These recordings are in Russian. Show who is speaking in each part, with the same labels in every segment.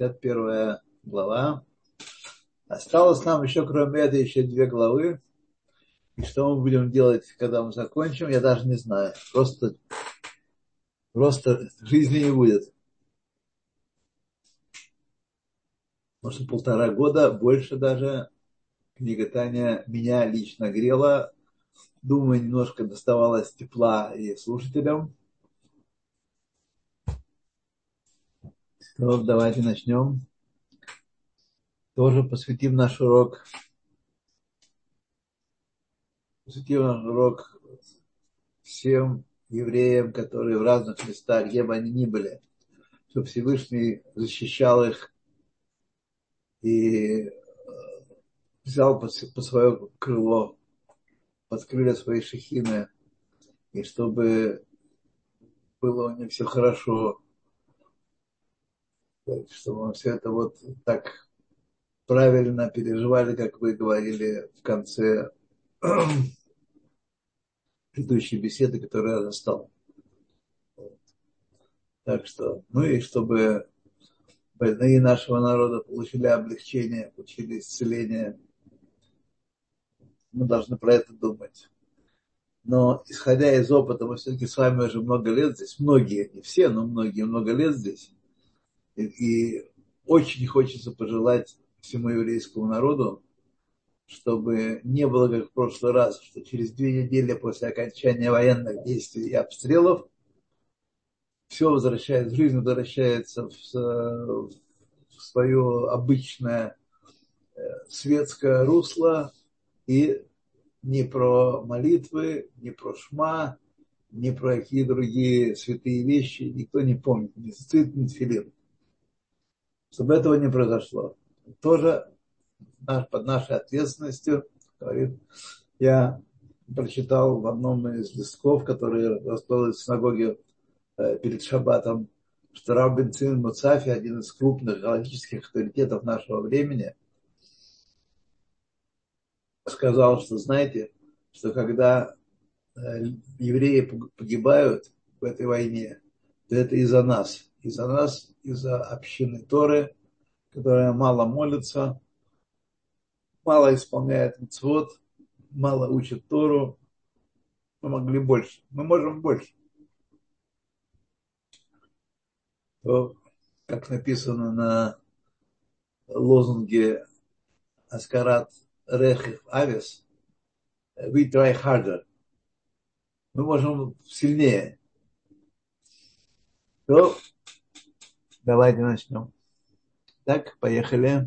Speaker 1: 51 глава. Осталось нам еще, кроме этой, еще 2 главы. И что мы будем делать, когда мы закончим, я даже не знаю. Просто жизни не будет. Может, 1,5 года, больше даже. Книга Таня меня лично грела. Думаю, немножко доставалось тепла и слушателям. Ну, давайте начнем. Тоже посвятим наш урок. Посвятим наш урок всем евреям, которые в разных местах, где бы они ни были, чтобы Всевышний защищал их и взял под свое крыло, под крылья своей шехины, и чтобы было у них все хорошо, чтобы мы все это вот так правильно переживали, как вы говорили в конце предыдущей беседы, которую я застал. Так что, ну и чтобы больные нашего народа получили облегчение, получили исцеление. Мы должны про это думать. Но исходя из опыта, мы все-таки с вами уже много лет здесь, многие, не все, но многие, много лет здесь. И очень хочется пожелать всему еврейскому народу, чтобы не было, как в прошлый раз, что через 2 недели после окончания военных действий и обстрелов все возвращается, жизнь возвращается в свое обычное светское русло, и ни про молитвы, ни про шма, ни про какие другие святые вещи никто не помнит, ни цицит, ни тфилин. Чтобы этого не произошло. Тоже под нашей ответственностью, говорит, я прочитал в одном из листков, которые раскладывают в синагоге перед шаббатом, что Рав бен Цимон Муцафи, один из крупных галактических авторитетов нашего времени, сказал, что, знаете, что когда евреи погибают в этой войне, то это из-за нас. Из-за нас, из-за общины Торы, которая мало молится, мало исполняет мицвот, мало учит Тору. Мы могли больше. Мы можем больше. То, как написано на лозунге Аскарат Рехев Авес, we try harder. Мы можем сильнее. То давайте начнем. Так, поехали.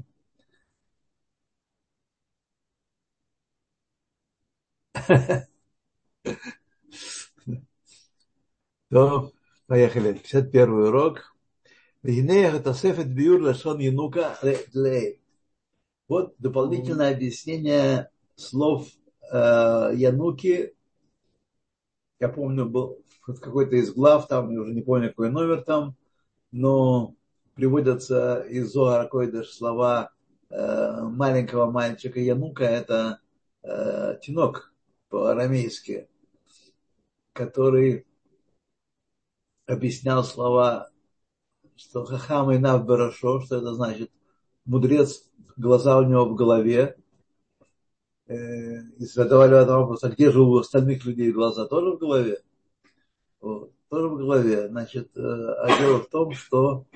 Speaker 1: То, поехали. 51 урок. Вот дополнительное объяснение слов Януки. Я помню, был какой-то из глав, там, я уже не помню, какой номер там, но приводятся из Зоара Койдыш слова маленького мальчика Янука, это тинок по-арамейски, который объяснял слова, что хахам и нав барашо, что это значит, мудрец, глаза у него в голове. И задавали этот вопрос, а где же у остальных людей глаза? Тоже в голове? Вот, тоже в голове. Значит, а дело в том, что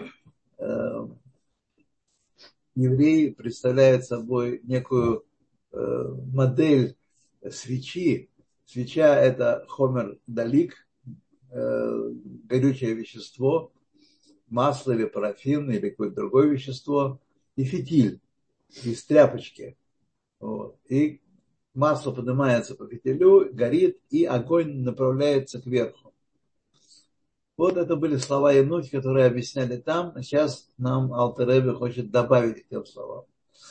Speaker 1: еврей представляет собой некую модель свечи. Свеча – это хомер далик, горючее вещество, масло или парафин, или какое-то другое вещество, и фитиль из тряпочки. Вот. И масло поднимается по фитилю, горит, и огонь направляется кверху. Вот это были слова Януки, которые объясняли там. Сейчас нам Алтер Ребе хочет добавить к тем словам.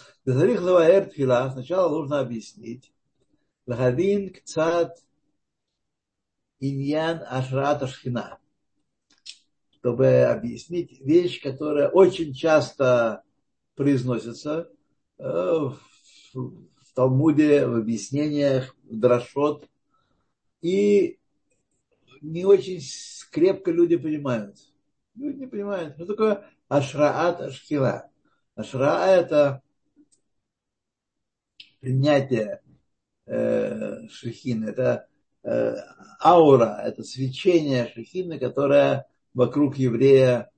Speaker 1: Сначала нужно объяснить. Лагадин кцат иньян ашрата шхина. Чтобы объяснить вещь, которая очень часто произносится в Талмуде, в объяснениях, в Драшот. И не очень крепко люди понимают. Люди не понимают, что такое Ашраат Ашхина. Ашраа – это принятие шехины, это аура, это свечение шехины, которое вокруг еврея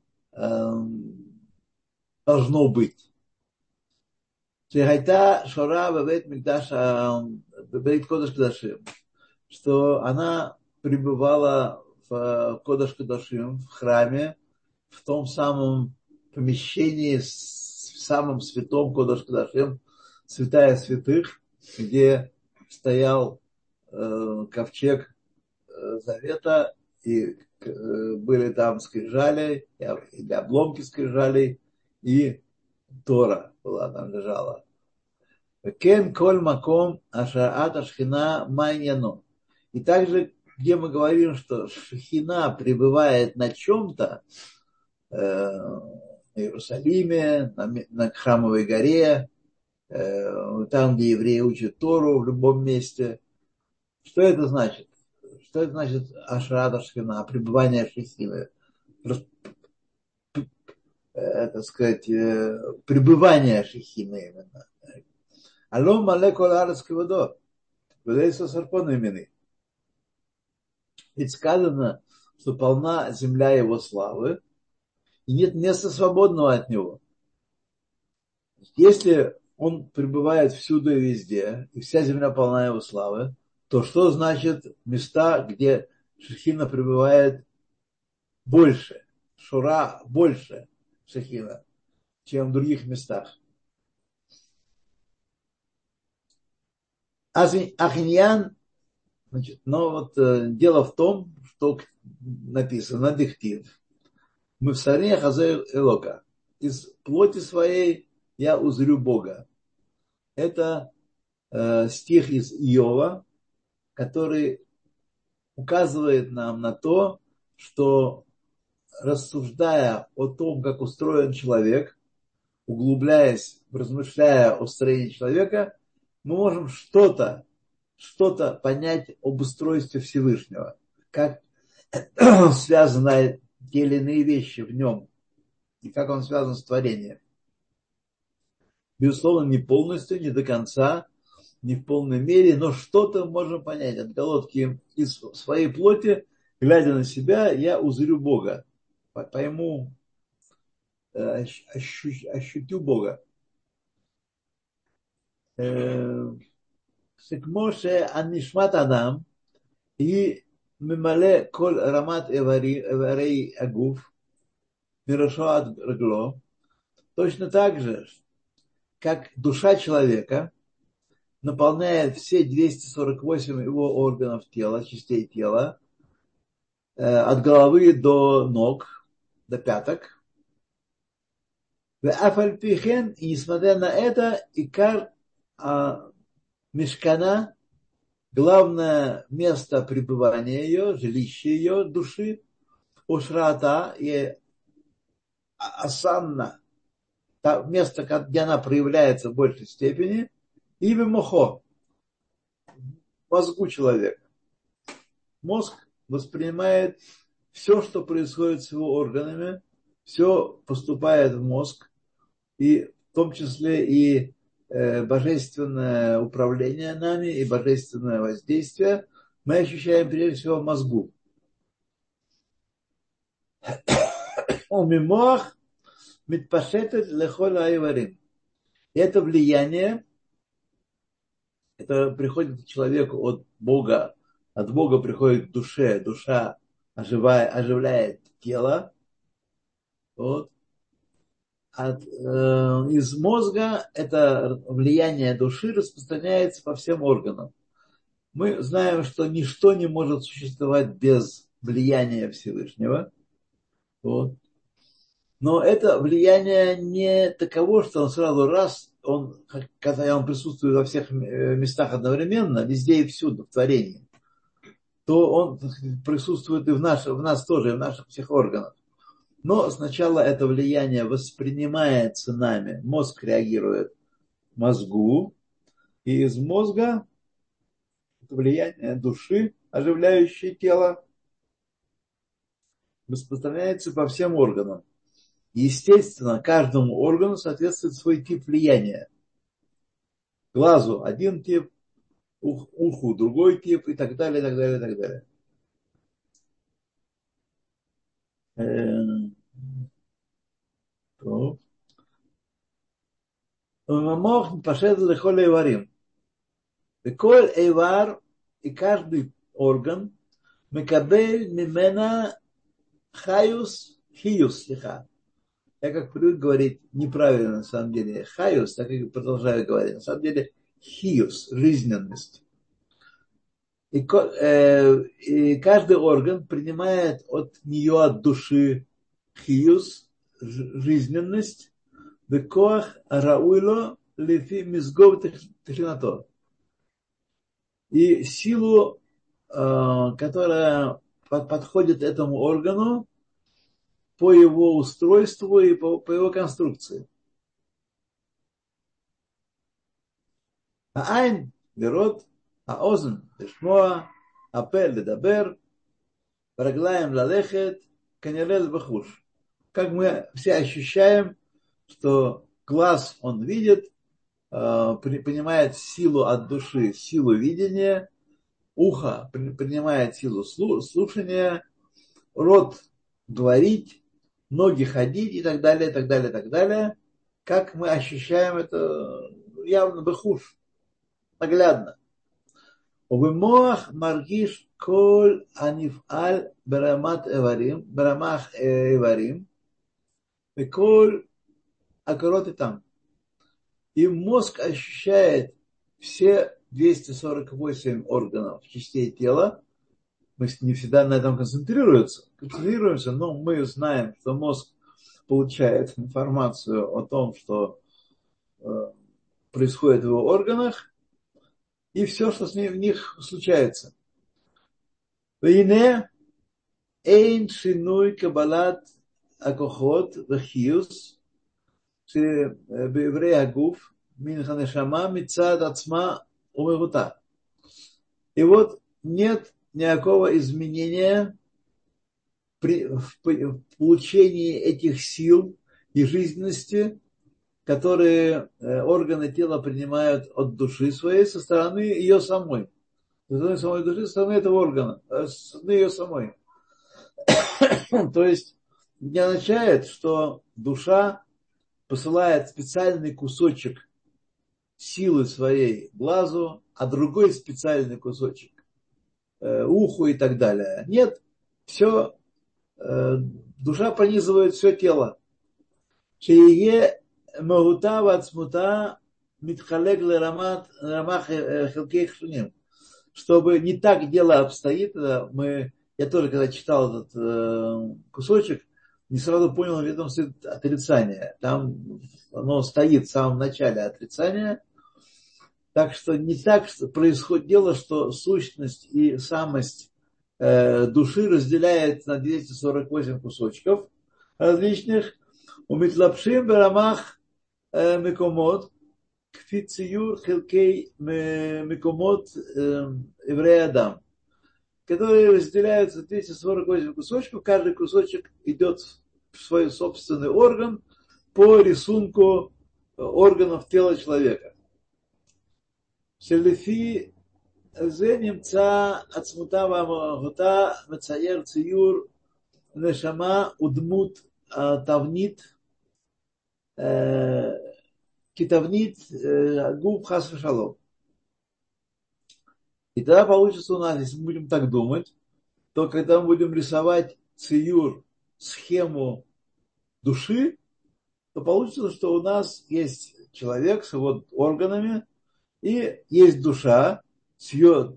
Speaker 1: должно быть. Шехайта Шора Бабейт Микдаш Бабейт Кодаш Кадашим, что она пребывала в Кодаш Кадашим, в храме, в том самом помещении, в самом святом Кодаш Кадашим, святая святых, где стоял ковчег завета, и были там скрижали, или обломки скрижалей, и Тора была там лежала. Кен коль маком ашаат ашхина майняно. И также, где мы говорим, что шхина пребывает на чем-то, в Иерусалиме, на Храмовой горе, там, где евреи учат Тору, в любом месте. Что это значит? Что это значит ашаат ашхина, пребывание шхины? Так сказать, пребывание шхины именно. Алло мале кол арец киводо. Выдается сарпон имени. Ведь сказано, что полна земля его славы, и нет места свободного от него. Если он пребывает всюду и везде, и вся земля полна его славы, то что значит места, где шехина пребывает больше, шура больше шехина, чем в других местах? Ахиньян, значит, но вот дело в том, что написано, диктив. Мы в саре хазер элока. Из плоти своей я узрю Бога. Это стих из Иова, который указывает нам на то, что рассуждая о том, как устроен человек, углубляясь, размышляя о строении человека, мы можем что-то понять об устройстве Всевышнего, как связаны те или иные вещи в нем, и как он связан с творением. Безусловно, не полностью, не до конца, не в полной мере, но что-то можем понять. Отголодки из своей плоти, глядя на себя, я узрю Бога. Пойму, ощутю Бога. Моше анишмат адам и мемале коль рамат эварей агуф мирошоат рагло. Точно так же, как душа человека наполняет все 248 его органов тела, частей тела, от головы до ног, до пяток. И несмотря на это, икар мешкана, главное место пребывания ее, жилище ее души, ушрата и асанна, место, где она проявляется в большей степени, имя мохо, мозгу человека. Мозг воспринимает все, что происходит с его органами, все поступает в мозг, и в том числе и божественное управление нами, и божественное воздействие мы ощущаем прежде всего в мозгу. Умимох митпашетет лехоль айварим. Это влияние, это приходит к человеку от Бога приходит к душе, душа оживляет тело. Вот. Из мозга это влияние души распространяется по всем органам. Мы знаем, что ничто не может существовать без влияния Всевышнего. Вот. Но это влияние не таково, что он сразу раз, когда он присутствует во всех местах одновременно, везде и всюду, в творении, то он присутствует и в нас тоже, и в наших всех органах. Но сначала это влияние воспринимается нами, мозг реагирует мозгу, и из мозга это влияние души, оживляющее тело, распространяется по всем органам. Естественно, каждому органу соответствует свой тип влияния. Глазу один тип, уху другой тип и так далее, и так далее, и так далее. Мох пошел лехоле варим. Коль эйвар и каждый орган мекабель мимена хаюс хиюс слиха. Я как привык говорить неправильно на самом деле хаюс, так и продолжаю говорить. На самом деле хиюс, жизненность. И каждый орган принимает от нее, от души хиюс, жизненность, бекоах рауило лифи мизгов техинато. И силу, которая подходит этому органу по его устройству и по его конструкции. Айн лирот, аозн лишмоа, апе ледабер, раглаем лалехет, канерел бахуш. Как мы все ощущаем, что глаз он видит, понимает силу от души, силу видения, ухо принимает силу слушания, рот говорить, ноги ходить и так далее, и так далее, и так далее. Как мы ощущаем это явно бахуш, наглядно. ובמוח מרגיש כל הנפעל ברמ"ח איברים וכל הקורות איתם. И мозг ощущает все 248 органов частей тела. Мы не всегда на этом концентрируемся, но мы знаем, что мозг получает информацию о том, что происходит в его органах, и все, что в них случается. והנה אין שינוי קבלת הכוחות וחיוס באיברי הגוף מן הנשמה מצד עצמה ומהותה. И вот нет никакого изменения в получении этих сил и жизненности, которые органы тела принимают от души своей со стороны ее самой. Со стороны самой души, со стороны этого органа, со стороны ее самой. То есть не означает, что душа посылает специальный кусочек силы своей глазу, а другой специальный кусочек уху и так далее. Нет, все, душа пронизывает все тело. Шее магута вацмута митхалек лерамах хилкей хшуним. Чтобы не так дело обстоит, я тоже, когда читал этот кусочек, не сразу понял, что там стоит отрицание. Там оно стоит в самом начале отрицания. Так что не так происходит дело, что сущность и самость души разделяет на 248 кусочков различных. У митлапшим берамах мекомот кфициюр хилкей мекомот еврея адам, которые разделяются на 248 кусочков. Каждый кусочек идет в свой собственный орган по рисунку органов тела человека. שלפי זה נמצא עצמותה והמהותה מצייר ציור נשמה ודמות תבנית כתבנית גוף חס ושלום. И тогда получится у нас, если мы будем так думать, то когда мы будем рисовать циюр, схему души, то получится, что у нас есть человек с его органами, и есть душа с ее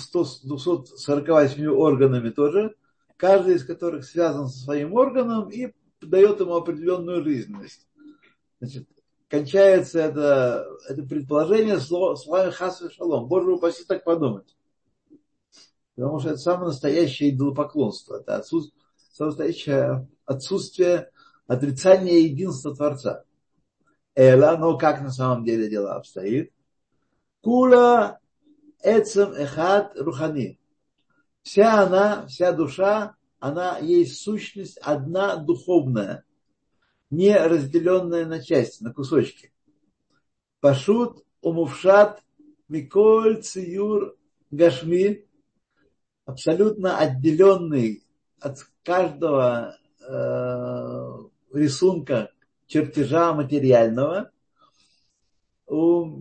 Speaker 1: 248 органами тоже, каждый из которых связан со своим органом и дает ему определенную жизненность. Значит, кончается это предположение словами хас и шалом. Боже упаси так подумать. Потому что это самое настоящее идолопоклонство. Это самое настоящее отсутствие отрицания единства Творца. Но как на самом деле дело обстоит? Кула эцем эхат рухани. Вся душа, она есть сущность одна духовная. не разделенное на части, на кусочки. Пашут умувшат миколь циюр гашми, абсолютно отделенный от каждого рисунка, чертежа материального, у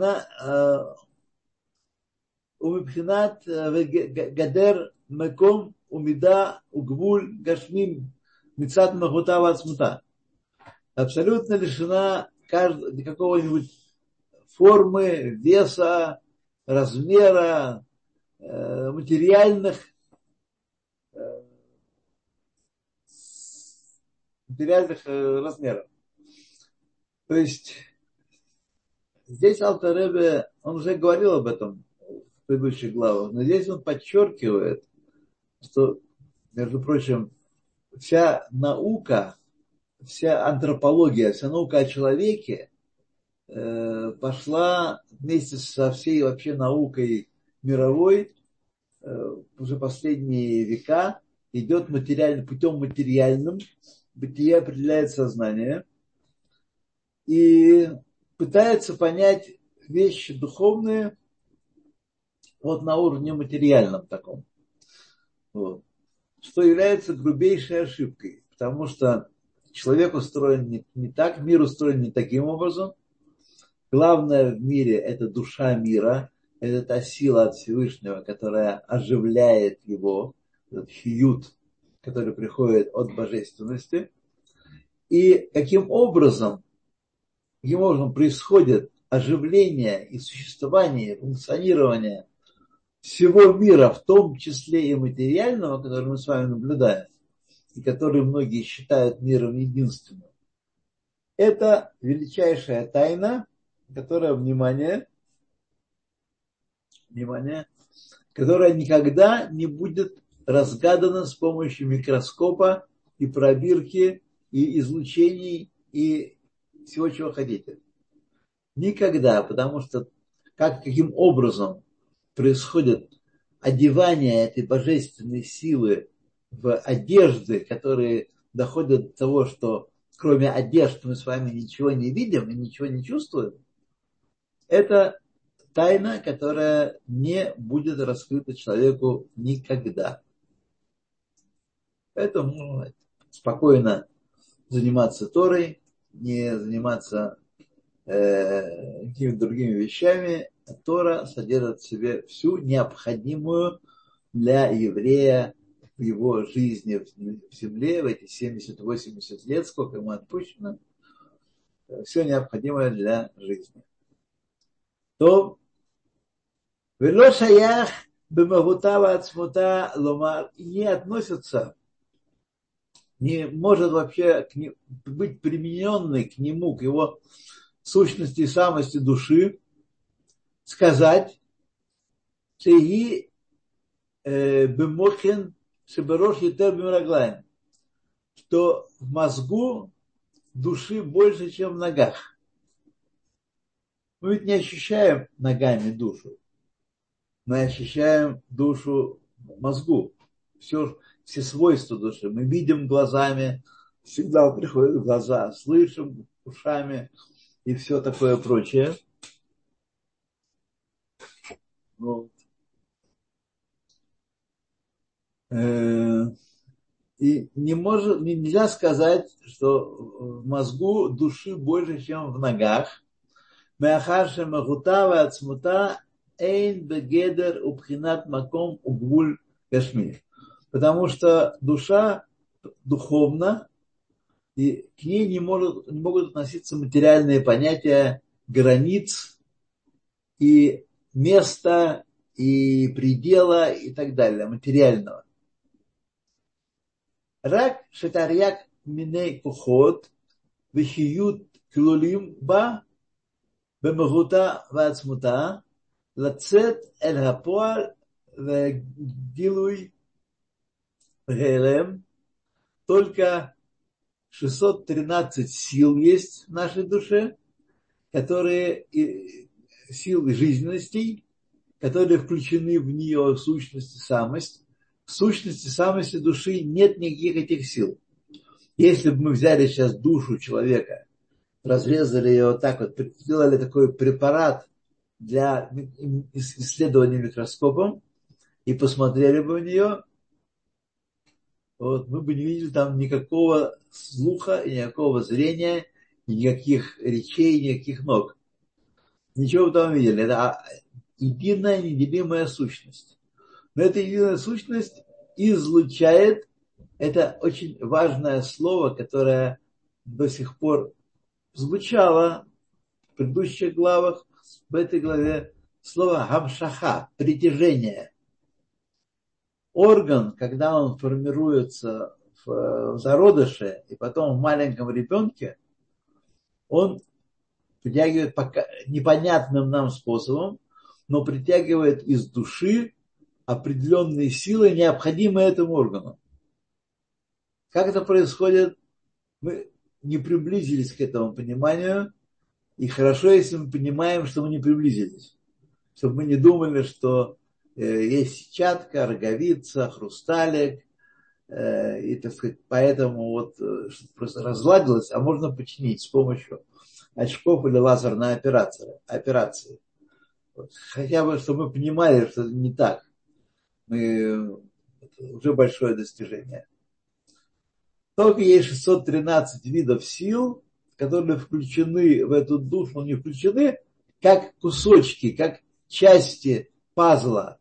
Speaker 1: מבחינת גדר מקום ומידה וגבול גשמים מצד מהותה ועצמותה. Абсолютно лишена какого-нибудь формы, веса, размера, материальных размеров. То есть здесь Алтер Ребе, он уже говорил об этом в предыдущих главах, но здесь он подчеркивает, что, между прочим, вся наука, вся антропология, вся наука о человеке пошла вместе со всей вообще наукой мировой уже последние века, идет путем материальным, бытие определяет сознание и пытается понять вещи духовные вот на уровне материальном таком. Вот. Что является грубейшей ошибкой, потому что человек устроен не так, мир устроен не таким образом. Главное в мире – это душа мира, это та сила от Всевышнего, которая оживляет его, этот хиют, который приходит от божественности. И каким образом происходит оживление и существование, функционирование всего мира, в том числе и материального, который мы с вами наблюдаем, и который многие считают миром единственным. Это величайшая тайна, которая, внимание, которая никогда не будет разгадана с помощью микроскопа и пробирки, и излучений, и всего, чего хотите. Никогда, потому что каким образом происходит одевание этой божественной силы в одежды, которые доходят до того, что кроме одежд мы с вами ничего не видим и ничего не чувствуем, это тайна, которая не будет раскрыта человеку никогда. Поэтому можно спокойно заниматься Торой, не заниматься какими-то другими вещами. Тора содержит в себе всю необходимую для еврея в его жизни в земле, в эти 70-80 лет, сколько ему отпущено, все необходимое для жизни. То вело шаях бемагута вацмута ломар, не относится, не может вообще быть примененной к нему, к его сущности и самости души, сказать, шеги бемохен шеберош етер бемраглаем, что в мозгу души больше, чем в ногах. Мы ведь не ощущаем ногами душу. Мы ощущаем душу в мозгу. Все свойства души. Мы видим глазами, всегда приходят в глаза, слышим ушами и все такое прочее. Вот. И нельзя сказать, что в мозгу души больше, чем в ногах. Мяхарша махутава ацмута эйн бегедер убхинат маком угвуль кашмир. Потому что душа духовна, и к ней не могут относиться материальные понятия границ и места, и предела, и так далее, материального. Рак шетарьяк миней кухот вихиют клулим ба бемагута вацмута лацет эль хапуаль вегилуй гелем. Только 613 сил есть в нашей душе, которые силы жизненностей, которые включены в нее сущность и самость. В сущности самости души нет никаких этих сил. Если бы мы взяли сейчас душу человека, разрезали ее вот так вот, сделали такой препарат для исследования микроскопом и посмотрели бы в нее, вот, мы бы не видели там никакого слуха, и никакого зрения, и никаких речей, и никаких ног. Ничего бы там не видели. Это единая неделимая сущность. Но эта единая сущность излучает, это очень важное слово, которое до сих пор звучало в предыдущих главах, в этой главе, слово гамшаха, притяжение. Орган, когда он формируется в зародыше и потом в маленьком ребенке, он притягивает непонятным нам способом, но притягивает из души определенные силы, необходимые этому органу. Как это происходит, мы не приблизились к этому пониманию, и хорошо, если мы понимаем, что мы не приблизились, чтобы мы не думали, что есть сетчатка, роговица, хрусталик, и, так сказать, поэтому вот просто разладилось, а можно починить с помощью очков или лазерной операции. Вот. Хотя бы, чтобы мы понимали, что это не так. Это уже большое достижение. Только есть 613 видов сил, которые включены в эту душу, но не включены как кусочки, как части пазла.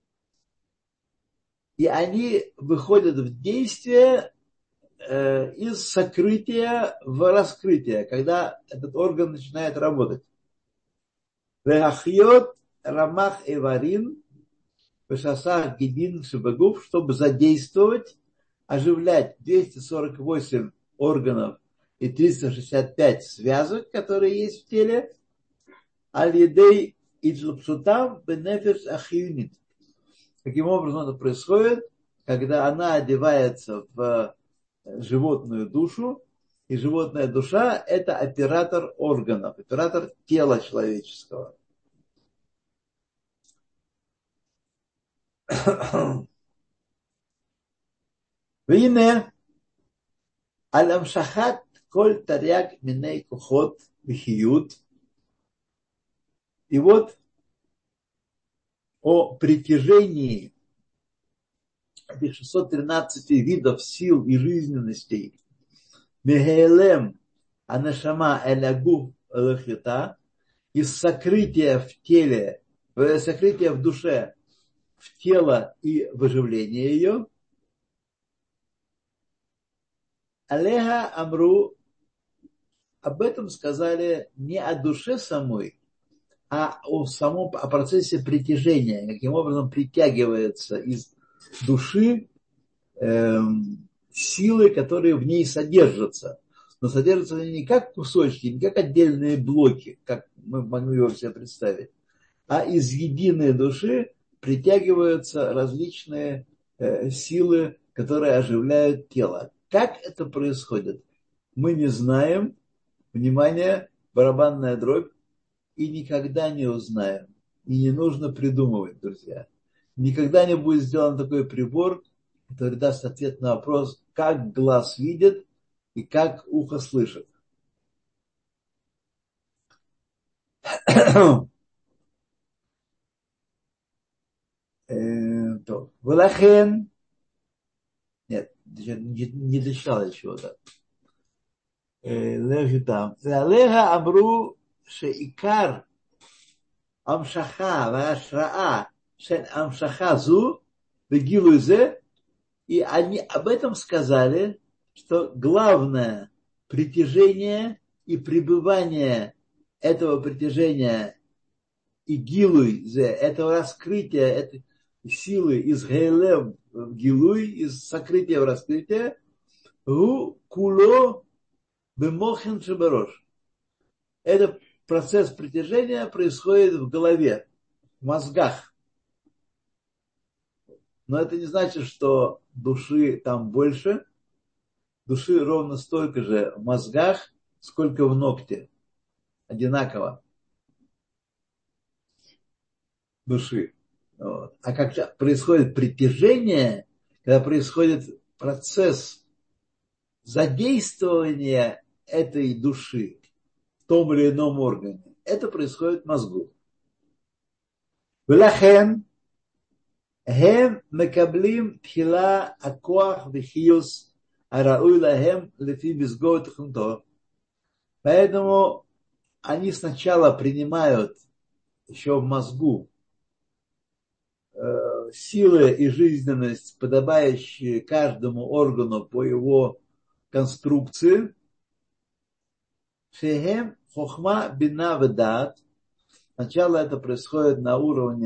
Speaker 1: И они выходят в действие из сокрытия в раскрытие, когда этот орган начинает работать. Вехахьот рамах эварин вешасах гидин шебегуф, чтобы задействовать, оживлять 248 органов и 365 связок, которые есть в теле, аль-едей иджлапшутам бенефеш ахиюнит. Каким образом это происходит? Когда она одевается в животную душу, и животная душа – это оператор органов, оператор тела человеческого. Вине аль-амшахат коль таряк миней кухот вихиют. И вот о притяжении этих 613 видов сил и жизненностей мехейлем анашама элягуф элахита, из сокрытия в теле, сокрытия в душе в тело и в оживление ее. Алеха Амру, об этом сказали не о душе самой, а о процессе притяжения, каким образом притягивается из души силы, которые в ней содержатся. Но содержатся они не как кусочки, не как отдельные блоки, как мы могли его себе представить, а из единой души притягиваются различные силы, которые оживляют тело. Как это происходит? Мы не знаем. Внимание, барабанная дробь. И никогда не узнаем. И не нужно придумывать, друзья. Никогда не будет сделан такой прибор, который даст ответ на вопрос, как глаз видит и как ухо слышит. Валахен. Нет, не дочитал я чего-то. Алеха Амру Шеикар Амшаха Вашраа Шен Амшаха Зу Бегилузе. И они об этом сказали, что главное притяжение и пребывание этого притяжения и гилуй, этого раскрытия, этой силы из гейлем в гилуй, из сокрытия в раскрытие, гу куло бемохен шеберош. Этот процесс притяжения происходит в голове, в мозгах. Но это не значит, что души там больше. Души ровно столько же в мозгах, сколько в ногте. Одинаково. Души. Вот. А как происходит притяжение, когда происходит процесс задействование этой души в том или ином органе, это происходит в мозгу. Велахен הם מקבלים תחילה הכוח וחיוס הראוי להם לפי מסגור תכונתו. Поэтому они сначала принимают еще в мозгу силы и жизненность, подобающие каждому органу по его конструкции. Шехем хохма бина ведат. Сначала это происходит на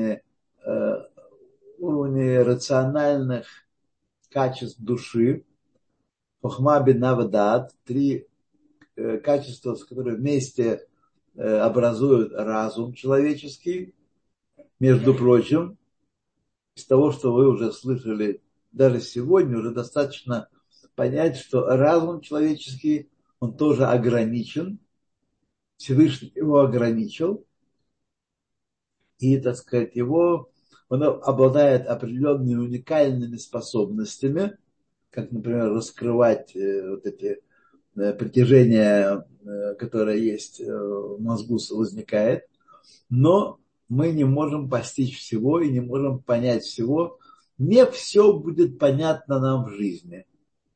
Speaker 1: уровне рациональных качеств души. Хохма бина ведат. Три качества, которые вместе образуют разум человеческий. Между прочим, из того, что вы уже слышали даже сегодня, уже достаточно понять, что разум человеческий, он тоже ограничен. Всевышний его ограничил. И, так сказать, он обладает определенными уникальными способностями, как, например, раскрывать вот эти притяжения, которые есть в мозгу, возникает. Но мы не можем постичь всего и не можем понять всего. Не все будет понятно нам в жизни.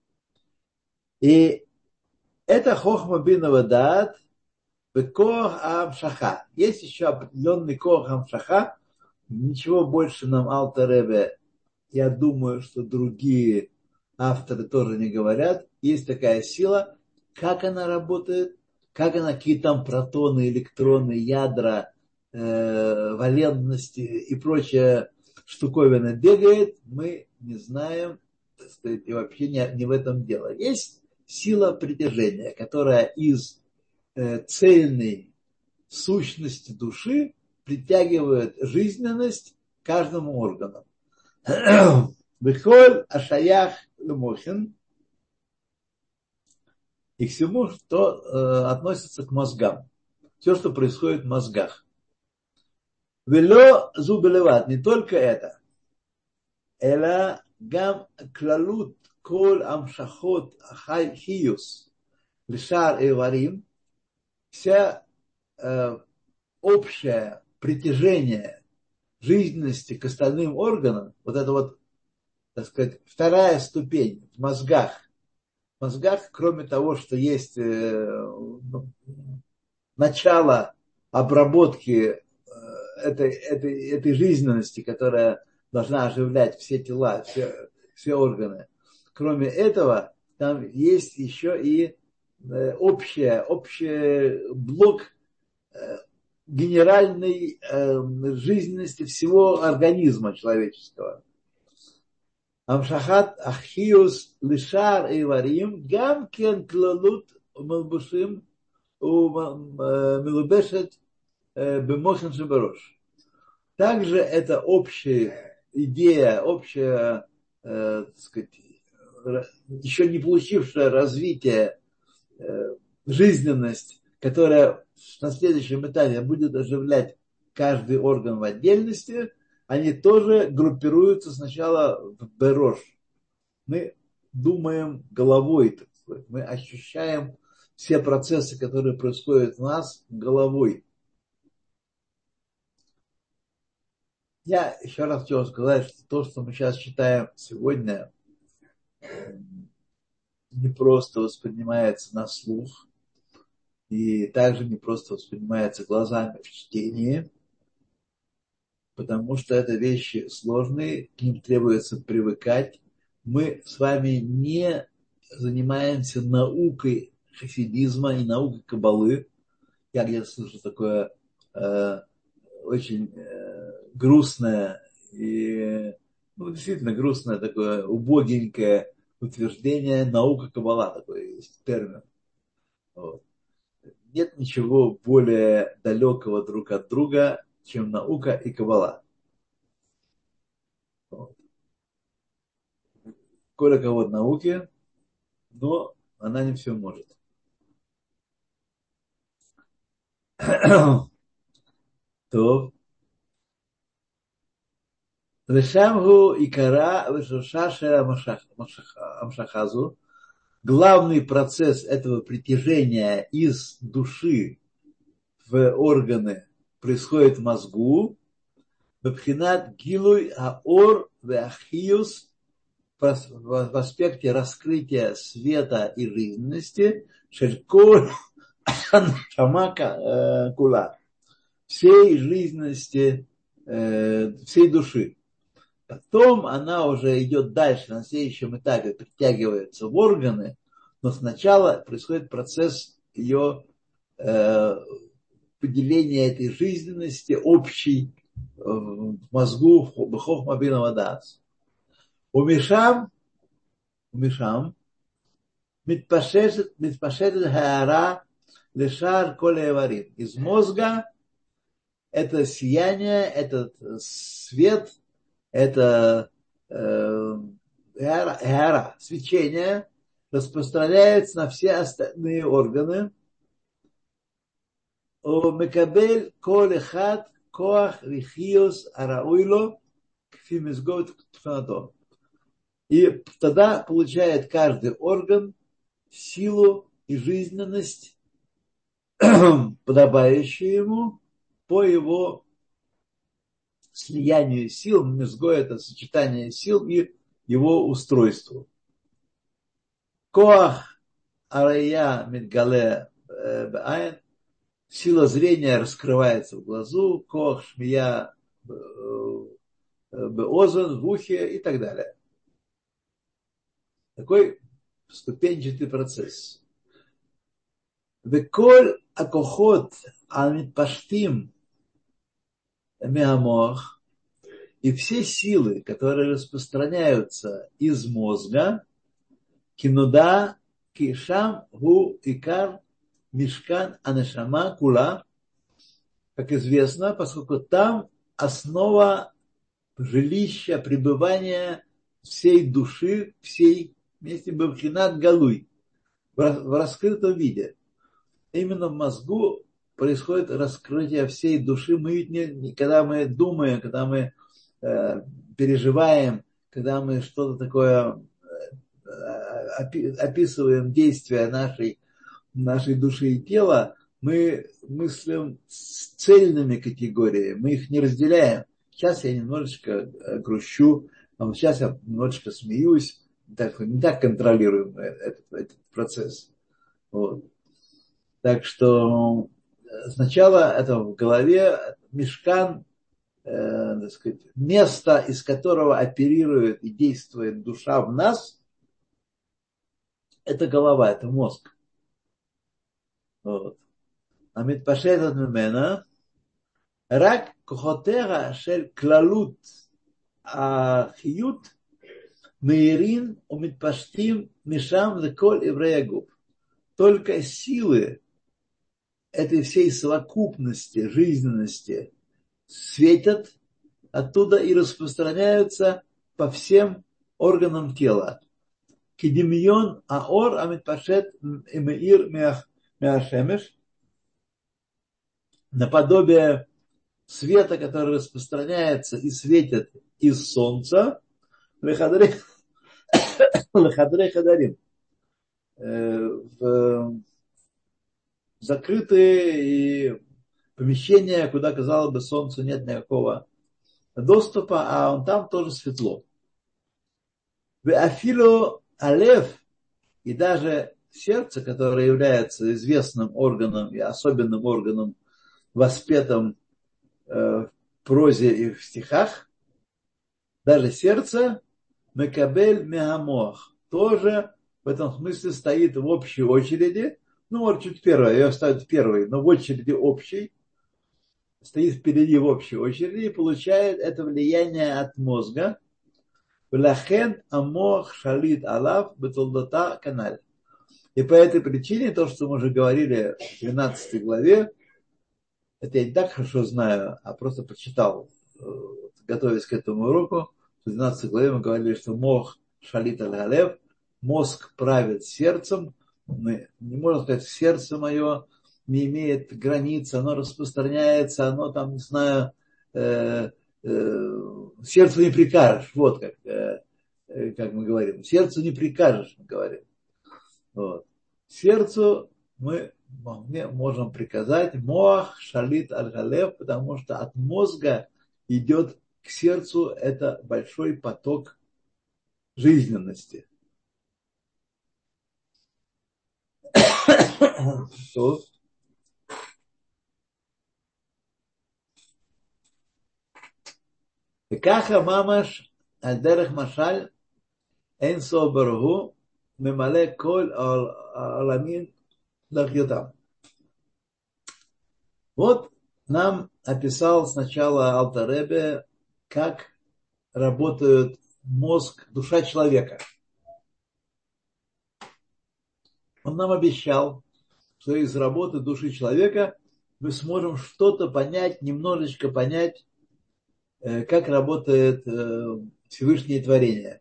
Speaker 1: И это хохма бин вадат бекох амшаха. Есть еще определенный кох амшаха. Ничего больше нам Алтер Ребе, я думаю, что другие авторы тоже не говорят. Есть такая сила, как она работает, какие там протоны, электроны, ядра, валентности и прочая штуковина бегает, мы не знаем, так сказать, и вообще не в этом дело. Есть сила притяжения, которая из цельной сущности души притягивает жизненность каждому органу. Бехоль ашаях лемохин, и к всему, что относится к мозгам. Все, что происходит в мозгах. Вело зубелеват, не только это. Эла гам клалут кол амшахот хиюс лишар и варим. Вся общее притяжение жизненности к остальным органам, вот это вот, так сказать, вторая ступень в мозгах. В мозгах, кроме того, что есть начало обработки этой жизненности, которая должна оживлять все тела, все органы. Кроме этого, там есть еще и общий блок генеральной жизненности всего организма человеческого. Амшахат ахиус лишар эйварим гам кен клалут малбушим у милубешет бемохин шебарош. Также это общая идея, общая, так сказать, еще не получившая развитие жизненность, которая на следующем этапе будет оживлять каждый орган в отдельности, они тоже группируются сначала в берош. Мы думаем головой, так сказать. Мы ощущаем все процессы, которые происходят в нас, головой. Я еще раз хочу сказать, что то, что мы сейчас читаем сегодня, не просто воспринимается на слух, и также не просто воспринимается глазами в чтении, потому что это вещи сложные, к ним требуется привыкать. Мы с вами не занимаемся наукой хасидизма и наукой каббалы. Я где-то слышу такое очень грустное и действительно грустное такое убогенькое утверждение наука каббала, такой есть термин. Вот. Нет ничего более далекого друг от друга, чем наука и каббала. Вот. Кое-кого науки, но она не все может. То Вешамгу икара вешушаша амшахазу. главный процесс этого притяжения из души в органы происходит в мозгу, бабхинат гилуй аор веахиус, в аспекте раскрытия света и жизненности, шельколь шамака кула, всей жизненности, всей души. Потом она уже идет дальше, на следующем этапе притягивается в органы, но сначала происходит процесс ее поделения этой жизненности общей в мозгу, в хохма бина вадас. Умешам מתפשטת ההערה לשאר כל האיברים. Из мозга это сияние, этот свет, это свечение распространяется на все остальные органы. ומקבל כל אחד כוח וחיוס הראוי לו כפי מזגות תכונתו. И тогда получает каждый орган силу и жизненность, подобающую ему по его слиянию сил. Мезго – это сочетание сил и его устройству. Коах арая мидгале баайн. Сила зрения раскрывается в глазу. Коах шмия беозон, в ухе и так далее. Такой ступенчатый процесс. Веколь акохот амитпаштим меамох, и все силы, которые распространяются из мозга, кинуда кишам гу икар мишкан анашама кула, как известно, поскольку там основа жилища, пребывания всей души, всей вместе бабхинат галуй, в раскрытом виде. Именно в мозгу происходит раскрытие всей души. Мы ведь когда мы думаем, когда мы переживаем, когда мы что-то такое описываем действия нашей души и тела, мы мыслим с цельными категориями, мы их не разделяем. Сейчас я немножечко грущу, а сейчас я немножечко смеюсь, не так контролируем этот процесс. Вот. Так что сначала это в голове мишкан, так сказать, место, из которого оперирует и действует душа в нас, это голова, это мозг. Вот. А митпашетат мимена рак кохотера шель клалут ахиют меирин умитпаштим мишам леколь еврея губ. Только силы этой всей совокупности, жизненности светят оттуда и распространяются по всем органам тела. Кидимьон аор амитпашет имеир меашемеш, наподобие света, который распространяется и светит из солнца, лехадрей хадарим, в закрытые помещения, куда, казалось бы, солнцу нет никакого доступа, а он там тоже светло. Афило алев, и даже сердце, которое является известным органом и особенным органом, воспетым в прозе и в стихах, даже сердце мекабель меамох тоже в этом смысле стоит в общей очереди, ну, может, чуть первое, ее ставят в первой, но в очереди общей, стоит впереди в общей очереди и получает это влияние от мозга. Влахен амох шалит алав бетолдота каналь. И по этой причине, то, что мы уже говорили в 12 главе, это я не так хорошо знаю, а просто прочитал, готовясь к этому уроку. В 12 главе мы говорили, что мох шалит аль-галев, мозг правит сердцем. Мы не можем сказать, сердце мое не имеет границ, оно распространяется, оно там, не знаю, сердцу не прикажешь. Вот как мы говорим. Сердцу не прикажешь, мы говорим. Вот. Сердцу мы можем приказать моах шалит аль-галев, потому что от мозга идет к сердцу это большой поток жизненности. То, וככה ממש על דרך משל אין סוף ברוך הוא ממלא כל העולמים לחייתם. Вот нам описал сначала Алтер Ребе, как работает мозг, душа человека. Он нам обещал, что из работы души человека мы сможем что-то понять, немножечко понять, как работает Всевышнее творение.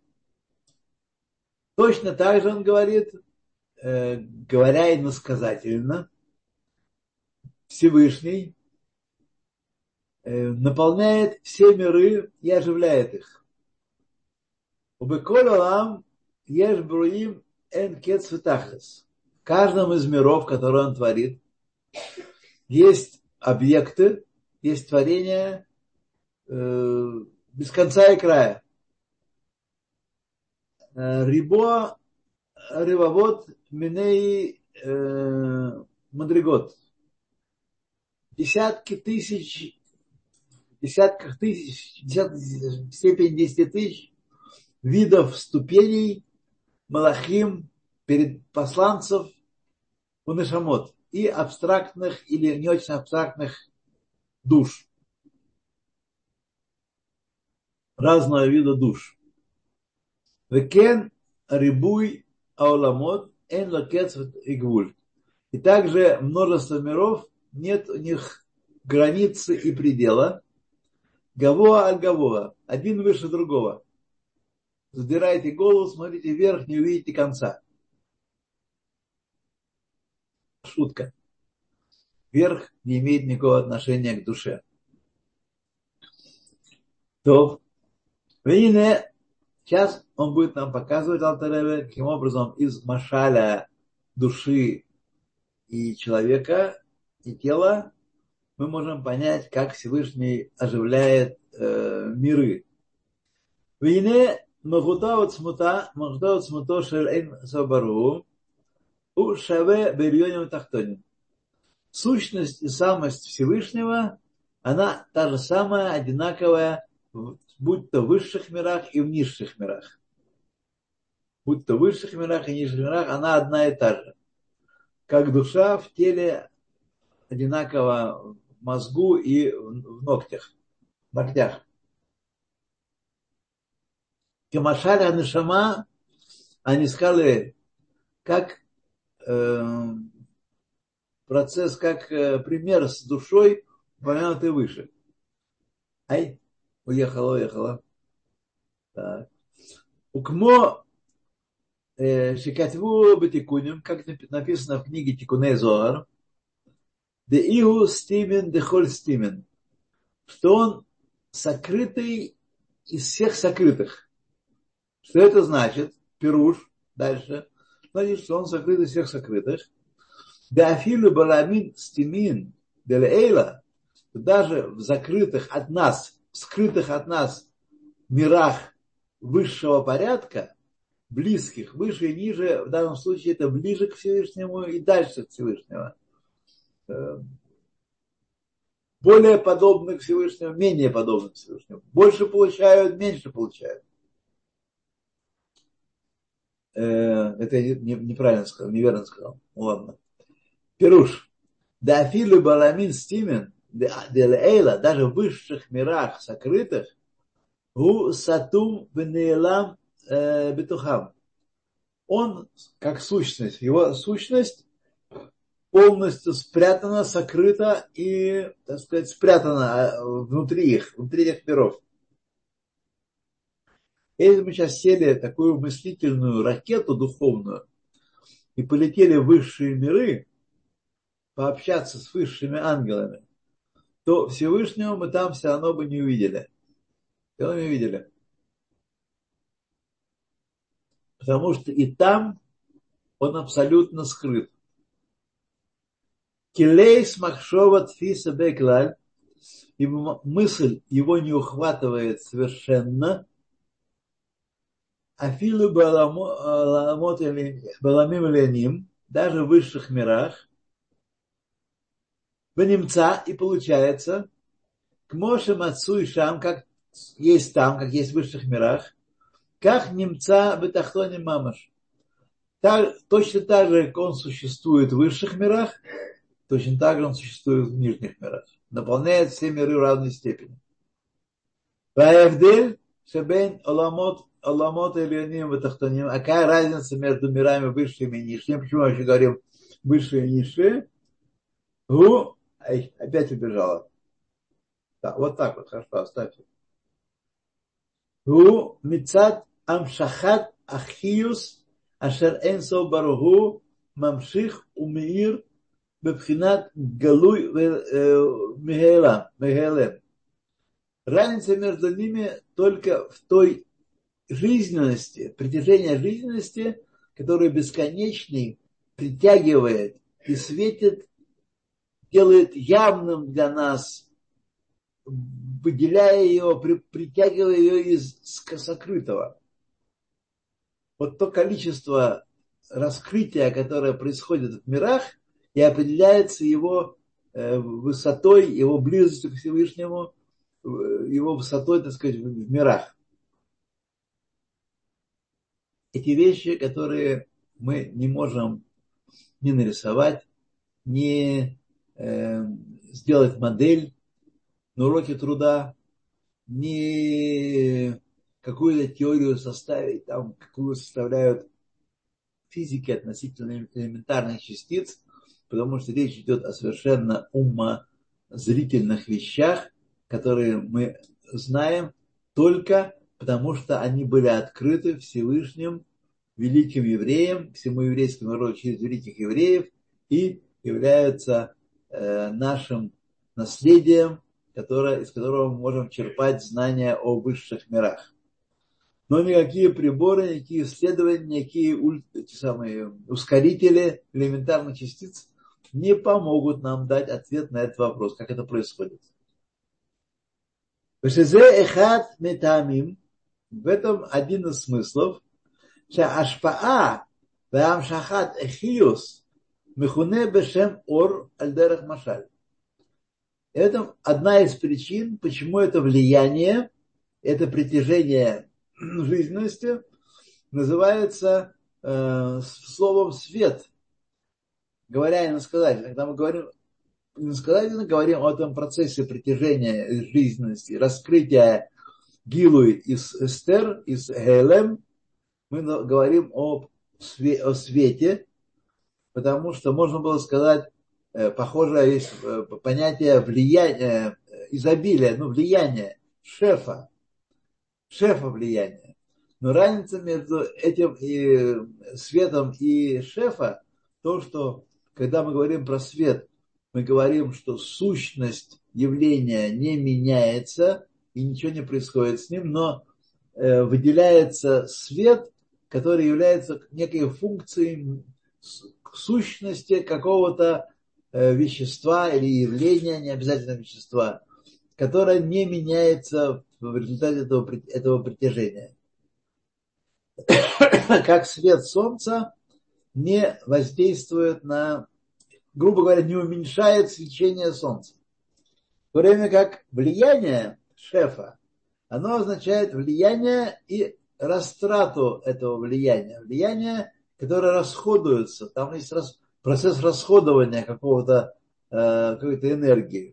Speaker 1: Точно так же он говорит, говоря иносказательно, Всевышний наполняет все миры и оживляет их. Убеколь олам еш бруим эн кец витахес. В каждом из миров, которые он творит, есть объекты, есть творения без конца и края. Рибо ревовод миней мадригот. Десятках тысяч, в степени 10 тысяч видов ступеней малахим перед посланцев у нешамот и абстрактных или не очень абстрактных душ. Разного вида душ. Векен рибуй ауламот эн лакец и гвуль. И также множество миров, нет у них границы и предела. Гавоа аль гавоа. Один выше другого. Задирайте голову, смотрите вверх, не увидите конца. Шутка. Вверх не имеет никакого отношения к душе. То, видите, сейчас он будет нам показывать, Алтер Ребе, каким образом из машаля души и человека, и тела мы можем понять, как Всевышний оживляет миры. Видите, махутават смута шель эйн сабару, у шаве бельоним тахтоним. Сущность и самость Всевышнего, она та же самая, одинаковая, будь то в высших мирах и в низших мирах. Будь то в высших мирах и низших мирах, она одна и та же. Как душа в теле одинаково в мозгу и в ногтях. Кемашаля нешама, они сказали, как процесс, как пример с душой, упомянутый выше. Ай, уехала. Так. Укмо шикатву бетикуним, как написано в книге Тикуней Зоар, де иу стимен де холь стимен, что он сокрытый из всех сокрытых. Что это значит? Пируш, дальше. Значит, что он сокрыт из всех сокрытых. Да афилу баламин стимин де лейла, даже в закрытых от нас, скрытых от нас мирах высшего порядка, близких, выше и ниже, в данном случае это ближе к Всевышнему и дальше к Всевышнему. Более подобны к Всевышнему, менее подобны к Всевышнему. Больше получают, меньше получают. Это я неправильно сказал, неверно сказал. Ладно. Пируш. Да афилу баламин стимен, делейла, даже в высших мирах сокрытых, гу сатум бенейлам бетухам. Он, как сущность, его сущность полностью спрятана, сокрыта и, так сказать, спрятана внутри их, внутри этих миров. Если мы сейчас сели в такую мыслительную ракету духовную и полетели в высшие миры, пообщаться с высшими ангелами, то Всевышнего мы там все равно бы не увидели. Все равно не увидели. Потому что и там Он абсолютно скрыт. Килейс махшова тфиса беклаль, и мысль его не ухватывает совершенно. Афилу баламот баламим леним, даже в высших мирах, в немца и получается, к Моше Мацу и Шам, как есть там, как есть в высших мирах, как немца бетахтоне мамаш. Точно так же, как он существует в высших мирах, точно так же он существует в нижних мирах. Наполняет все миры в равной степени. Ваевдель шебен оламот эльоним бетахтоним. А какая разница между мирами высшими и нижними? Почему мы вообще говорим высшие и низшие? Опять убежала. Да, вот так вот, хорошо, оставьте. הוא מצד המשכת החיוס אשר אין סוף ברוך הוא ממשיך ומאיר בבחינת גלוי מהיעלם. Разница между ними только в той жизненности, притяжение жизненности, которая бесконечный притягивает и светит, делает явным для нас, выделяя ее, притягивая ее из сокрытого. Вот то количество раскрытия, которое происходит в мирах, и определяется его высотой, его близостью к Всевышнему, его высотой, так сказать, в мирах. Эти вещи, которые мы не можем ни нарисовать, ни сделать модель на уроке труда, ни какую-то теорию составить, там, какую составляют физики относительно элементарных частиц, потому что речь идет о совершенно умозрительных вещах, которые мы знаем только потому, что они были открыты Всевышним великим евреям, всему еврейскому народу через великих евреев и являются нашим наследием, из которого мы можем черпать знания о высших мирах. Но никакие приборы, никакие исследования, никакие эти самые ускорители элементарных частиц не помогут нам дать ответ на этот вопрос, как это происходит. В этом один из смыслов, שההשפעה והמשכת החיוס מכונה בשם אור על דרך משל. Это одна из причин, почему это влияние, это притяжение жизненности называется словом свет. Говоря иносказательно, когда мы говорим иносказательно, говорим о этом процессе притяжения жизненности, раскрытия гилуй из эстер, из гелем, мы говорим о свете, потому что можно было сказать, похожее есть понятие влияния, изобилия, влияния, шефа влияния. Но разница между этим и светом и шефа, то, что когда мы говорим про свет, мы говорим, что сущность явления не меняется и ничего не происходит с ним, но выделяется свет, который является некой функцией сущности какого-то вещества или явления, не обязательно вещества, которое не меняется в результате этого притяжения. Как свет солнца не воздействует на, грубо говоря, не уменьшает свечение солнца. В то время как влияние шефа, оно означает влияние и растрату этого влияния. Влияние, которое расходуется. Там есть процесс расходования какой-то энергии.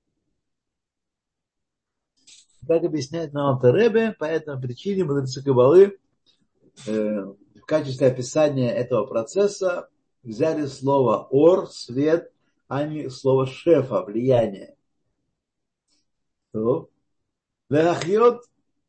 Speaker 1: Как объясняет нам Алтер Ребе, по этой причине мудрецы Кабалы в качестве описания этого процесса взяли слово ор, свет, а не слово шефа, влияние. Вехахьот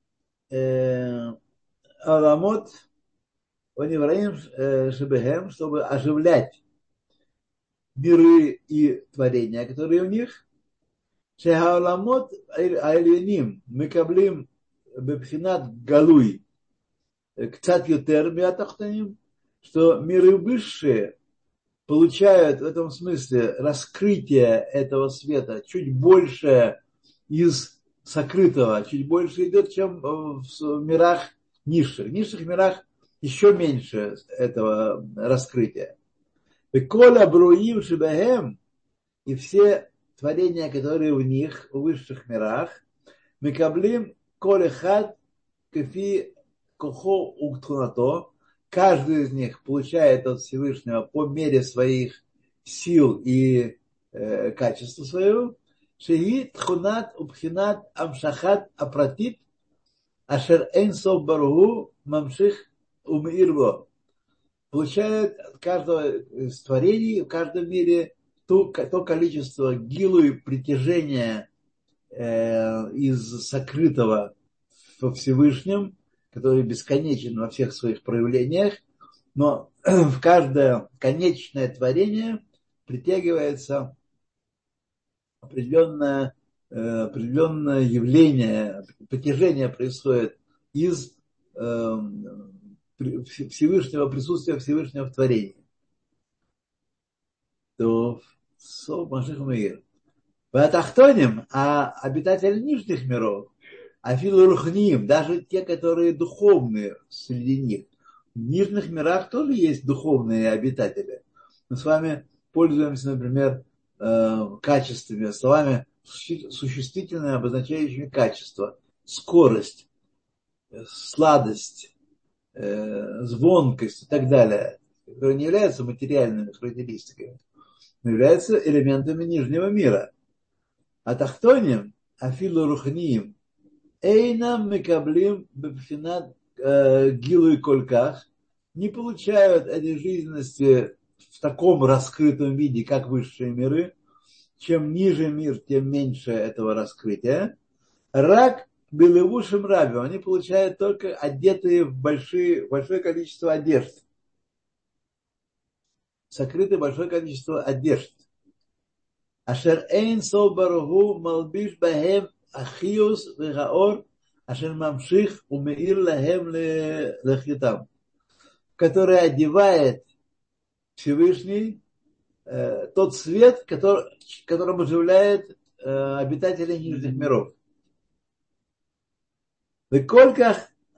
Speaker 1: аламот оневраим шебехем, чтобы оживлять миры и творения, которые у них. Шехаламот айлиним мекаблим бепхинат галуй кцат ютер миатахтаним, что миры высшие получают в этом смысле раскрытие этого света чуть больше из сокрытого, чуть больше идет, чем в мирах низших. В низших мирах еще меньше этого раскрытия. И коля бруим шибахем, и все творения, которые в них, в высших мирах, мы каблим коля хат кефи кохо уктунато, каждый из них получает от Всевышнего по мере своих сил и качества своего, шеги тхунат убхинат амшахат апратит ашер эйнсов баругу мамших умирво. Получает от каждого из творений в каждом мире то количество гилу и притяжения из сокрытого во Всевышнем, который бесконечен во всех своих проявлениях, но в каждое конечное творение притягивается определенное явление, притяжение происходит из Всевышнего, присутствия Всевышнего в творении. То Маших Меир. Ватахтоним, а обитатели нижних миров, афилу рухним, даже те, которые духовные среди них. В нижних мирах тоже есть духовные обитатели. Мы с вами пользуемся, например, качествами, словами существительные, обозначающими качество, скорость, сладость, звонкость и так далее, которые не являются материальными характеристиками, но являются элементами нижнего мира. А тахтоним, афилу рухним, эйнам мекаблим бепфинат гилу и кольках, не получают этой жизненности в таком раскрытом виде, как высшие миры. Чем ниже мир, тем меньше этого раскрытия. Рак белевушим рабим, они получают только одетые в большое количество одежд. Сокрыто большое количество одежд. Ашер эйн сол баругу малбиш бахем ахиус вегаор ашер мамших умеир лахем лехитам, который одевает Всевышний тот свет, которым оживляет обитателей нижних миров. Векольках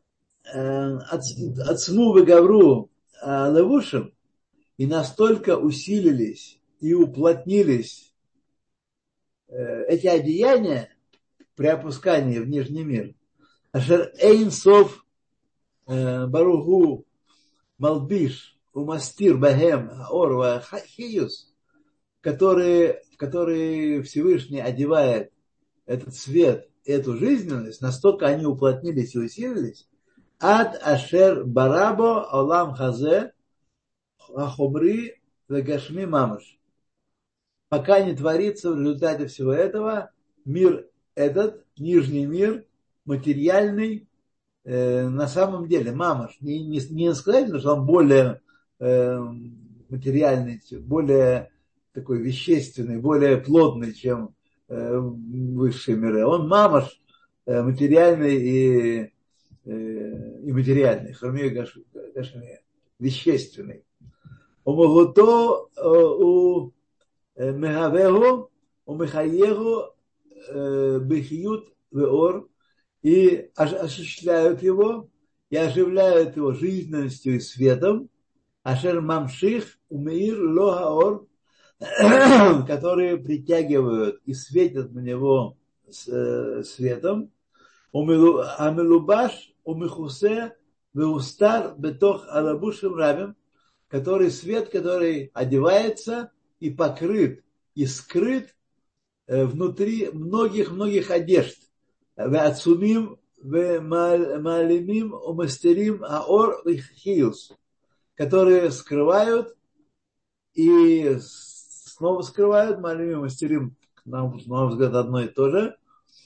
Speaker 1: отсму выгавру левушим, и настолько усилились и уплотнились эти одеяния при опускании в нижний мир. Ашер эйнсов баругу малбиш умастир бахем аор ва хиюс, которые Всевышний одевает этот свет, эту жизненность, настолько они уплотнились и усилились. Ад ашер барабо алам хазе ахомри вегашми мамаш. Пока не творится в результате всего этого мир этот, нижний мир, материальный, на самом деле, мамаш, не сказать, что он более материальный, более такой вещественный, более плотный, чем высшие миры. Он мамаш материальный и материальный, хромей гашми, вещественный. Умогото у мегавего, у мехаего бехиют веор, и осуществляют его, и оживляют его жизненностью и светом, ашер мамших умеир логаор, которые притягивают и светят на него светом, амелубаш умихусе веустар бетох алабушим рабим, который свет, который одевается и покрыт, и скрыт внутри многих одежд. Веацумим вемалимим умастерим аор вихиус, которые скрывают и снова скрывают, малимим мастерим, на мой взгляд, одно и то же,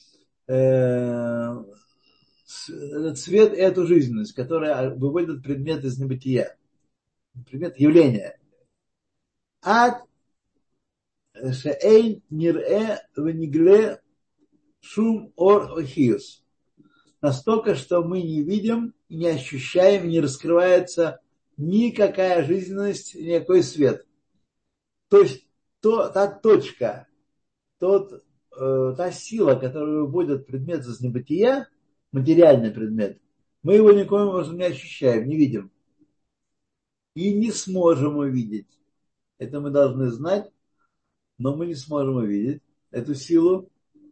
Speaker 1: этот свет и эту жизненность, которая выводит предмет из небытия, предмет явления. Ад шеэйн нирэ венигле шум ор охиус. Настолько, что мы не видим, не ощущаем, не раскрывается никакая жизненность, никакой свет. То есть та точка, та сила, которая выводит предмет из небытия, материальный предмет, мы его никоим образом не ощущаем, не видим. И не сможем увидеть. Это мы должны знать, но мы не сможем увидеть эту силу.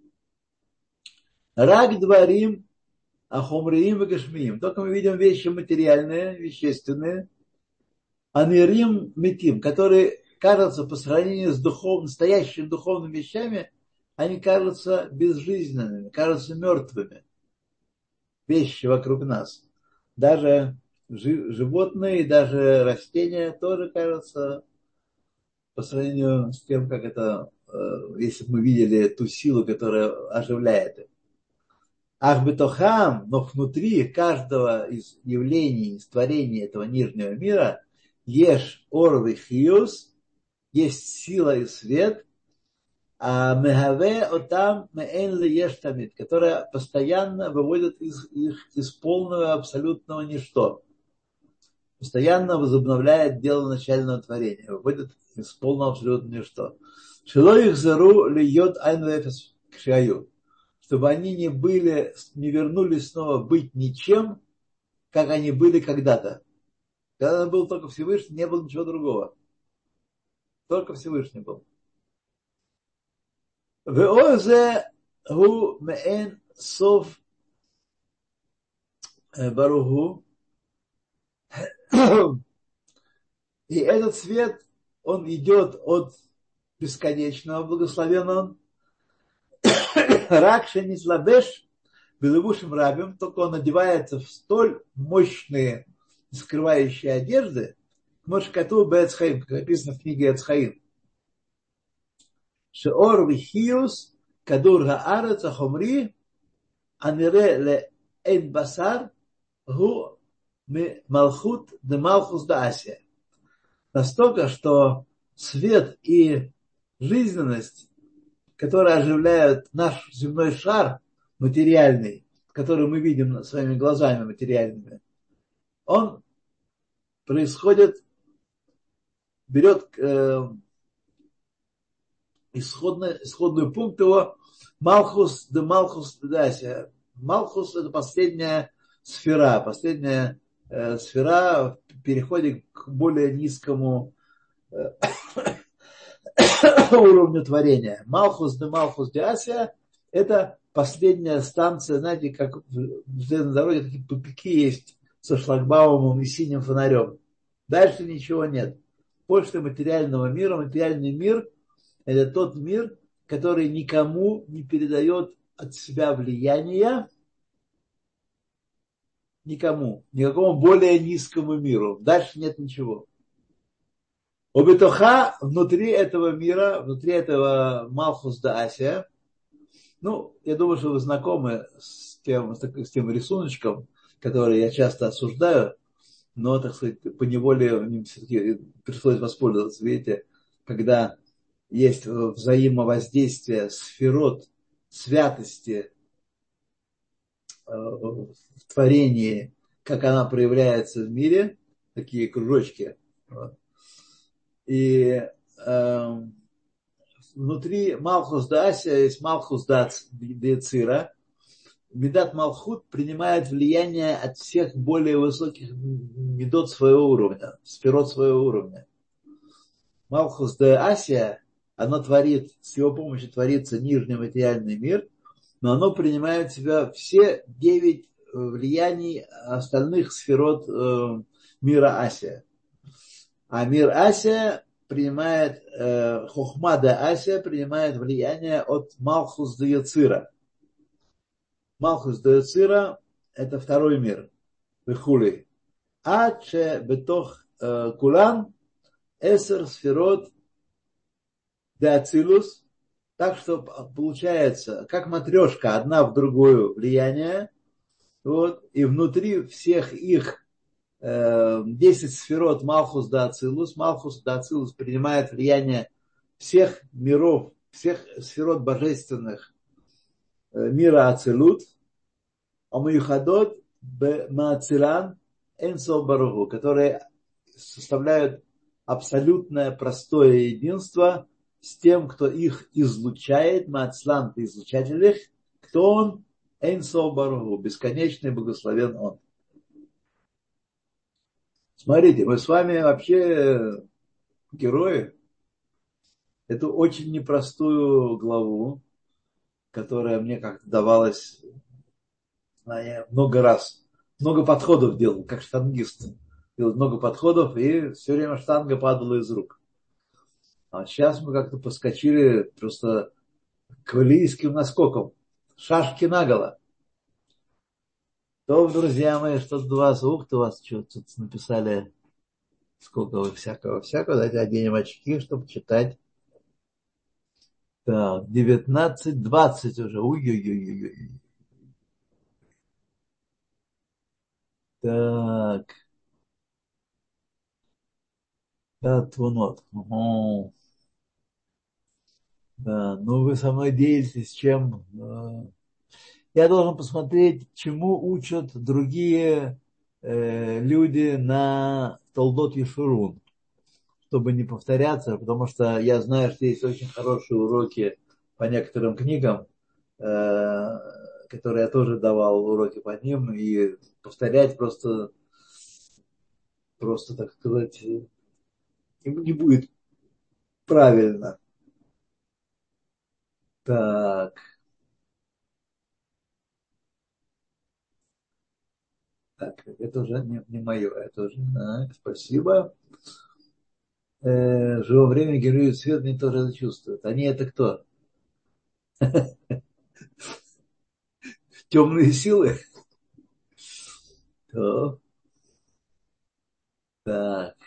Speaker 1: Рак дворим, ахомриим и гашмиим. Только мы видим вещи материальные, вещественные, а нирим метим, которые кажутся по сравнению с настоящими духовными вещами, они кажутся безжизненными, кажутся мертвыми. Вещи вокруг нас. Даже животные, даже растения тоже кажутся по сравнению с тем, как это, если бы мы видели ту силу, которая оживляет их. Ахбетохам, но внутри каждого из явлений, из творений этого нижнего мира, еш ор вихиус, есть сила и свет, а мегаве отам меэн ли еш тамид, которая постоянно выводит их из полного абсолютного ничто. Постоянно возобновляет дело начального творения, выводит из полного абсолютного ничто. Шило их зару льет айн вефес кшаю, чтобы они не вернулись снова быть ничем, как они были когда-то. Когда был только Всевышний, не было ничего другого. Только Всевышний был. Веозе гу меэн сов баругу. И этот свет, он идет от бесконечного, благословен он. Ракша низлабеш белывушим рабим, только он одевается в столь мощные скрывающие одежды, Мошкату Бецхаим, как написано в книге Эцхаим. Шеор вихиус кадур хаарец ахомри анире ле эйн басар гу малхут де малхус да асия. Настолько, что свет и жизненность, которые оживляют наш земной шар материальный, который мы видим своими глазами материальными, он происходит, берет исходный пункт его Малхус де Малхус Дасия. Малхус — это последняя сфера в переходе к более низкому уровню творения. Малхус де Малхус Дасия — это последняя станция, знаете, как в железной дороге такие тупики есть со шлагбаумом и синим фонарем. Дальше ничего нет. Больше материального мира. Материальный мир — это тот мир, который никому не передает от себя влияния, никакому более низкому миру. Дальше нет ничего. Обетоха внутри этого мира, внутри этого Малхус да Асия, я думаю, что вы знакомы с тем рисуночком, который я часто осуждаю, но, так сказать, поневоле все-таки пришлось воспользоваться. Видите, когда есть взаимовоздействие сферот святости в творении, как она проявляется в мире, такие кружочки. И внутри Малхус да Асия есть Малхус да Цира. Медат Малхут принимает влияние от всех более высоких медот своего уровня, сферот своего уровня. Малхус де Асия, оно творит, с его помощью творится нижний материальный мир, но оно принимает в себя все 9 влияний остальных сферот мира Асия. А мир Асия принимает, Хохма де Асия принимает влияние от Малхус де Яцира. Малхус де Яцира — это второй мир. Вихули. Аче бетох кулан эсер сферот де Ацилус. Так что получается, как матрешка, одна в другую влияние. И внутри всех их 10 сферот Малхус да Ацилус. Малхус да Ацилус принимает влияние всех миров, всех сферот божественных мира Ацилут. Амаюхадот б Маацилан Энсов Баруху, которые составляют абсолютное простое единство с тем, кто их излучает, Мацлан, излучатель их, кто он? Эйн Соф Барух Ху, бесконечный благословен он. Смотрите, мы с вами вообще герои. Эту очень непростую главу, которая мне как-то давалась, я много раз, много подходов делал, как штангист. Делал много подходов, и все время штанга падала из рук. А сейчас мы как-то поскочили просто к валийским наскокам. Шашки наголо. То, друзья мои, что-то у вас, ух ты, у вас что-то написали, сколько вы всякого. Давайте оденем очки, чтобы читать. Так, 19:20 уже. Ой-ой-ой-ой. Так, Твунот. Да, ну вы со мной делитесь, чем... Я должен посмотреть, чему учат другие люди на Толдот Ешурун, чтобы не повторяться, потому что я знаю, что есть очень хорошие уроки по некоторым книгам, которые я тоже давал уроки по ним, и повторять просто так сказать, не будет правильно. Так, так, это уже не мое, это уже, так, спасибо. Живо время герои свет мне тоже это чувствуют. Они это кто? Темные силы? То, так,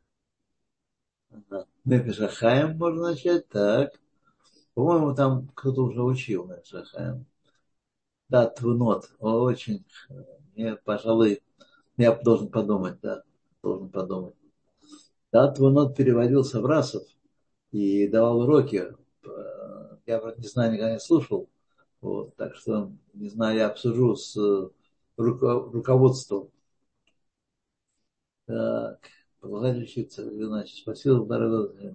Speaker 1: Нефишахаем можно начать, так. По-моему, там кто-то уже учил Нефишахаем. Да, Твунот, очень, мне, пожалуй, я должен подумать, да, должен подумать. Да, Твунот переводил Саврасов и давал уроки. Я вроде не знаю, никогда не слушал. Вот, так что, не знаю, я обсужу с руководством. Так, продолжать учиться, значит, спасибо, дорогой.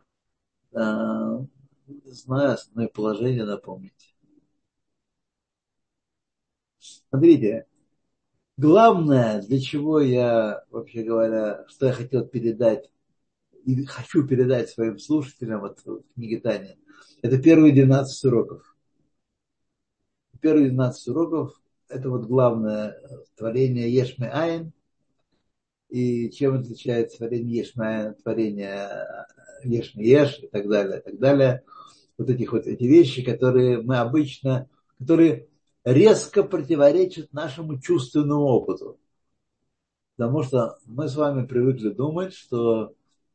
Speaker 1: Не знаю, основное положение напомнить. Смотрите, главное, для чего я, вообще говоря, что я хотел передать и хочу передать своим слушателям от книги Таня, это первые 12 уроков. Первые 12 уроков – это вот главное творение Ешме Айн. И чем отличается творение Ешме Айн от творения Ешме Еш и так далее, и так далее. Вот эти вещи, которые мы обычно, которые резко противоречат нашему чувственному опыту. Потому что мы с вами привыкли думать, что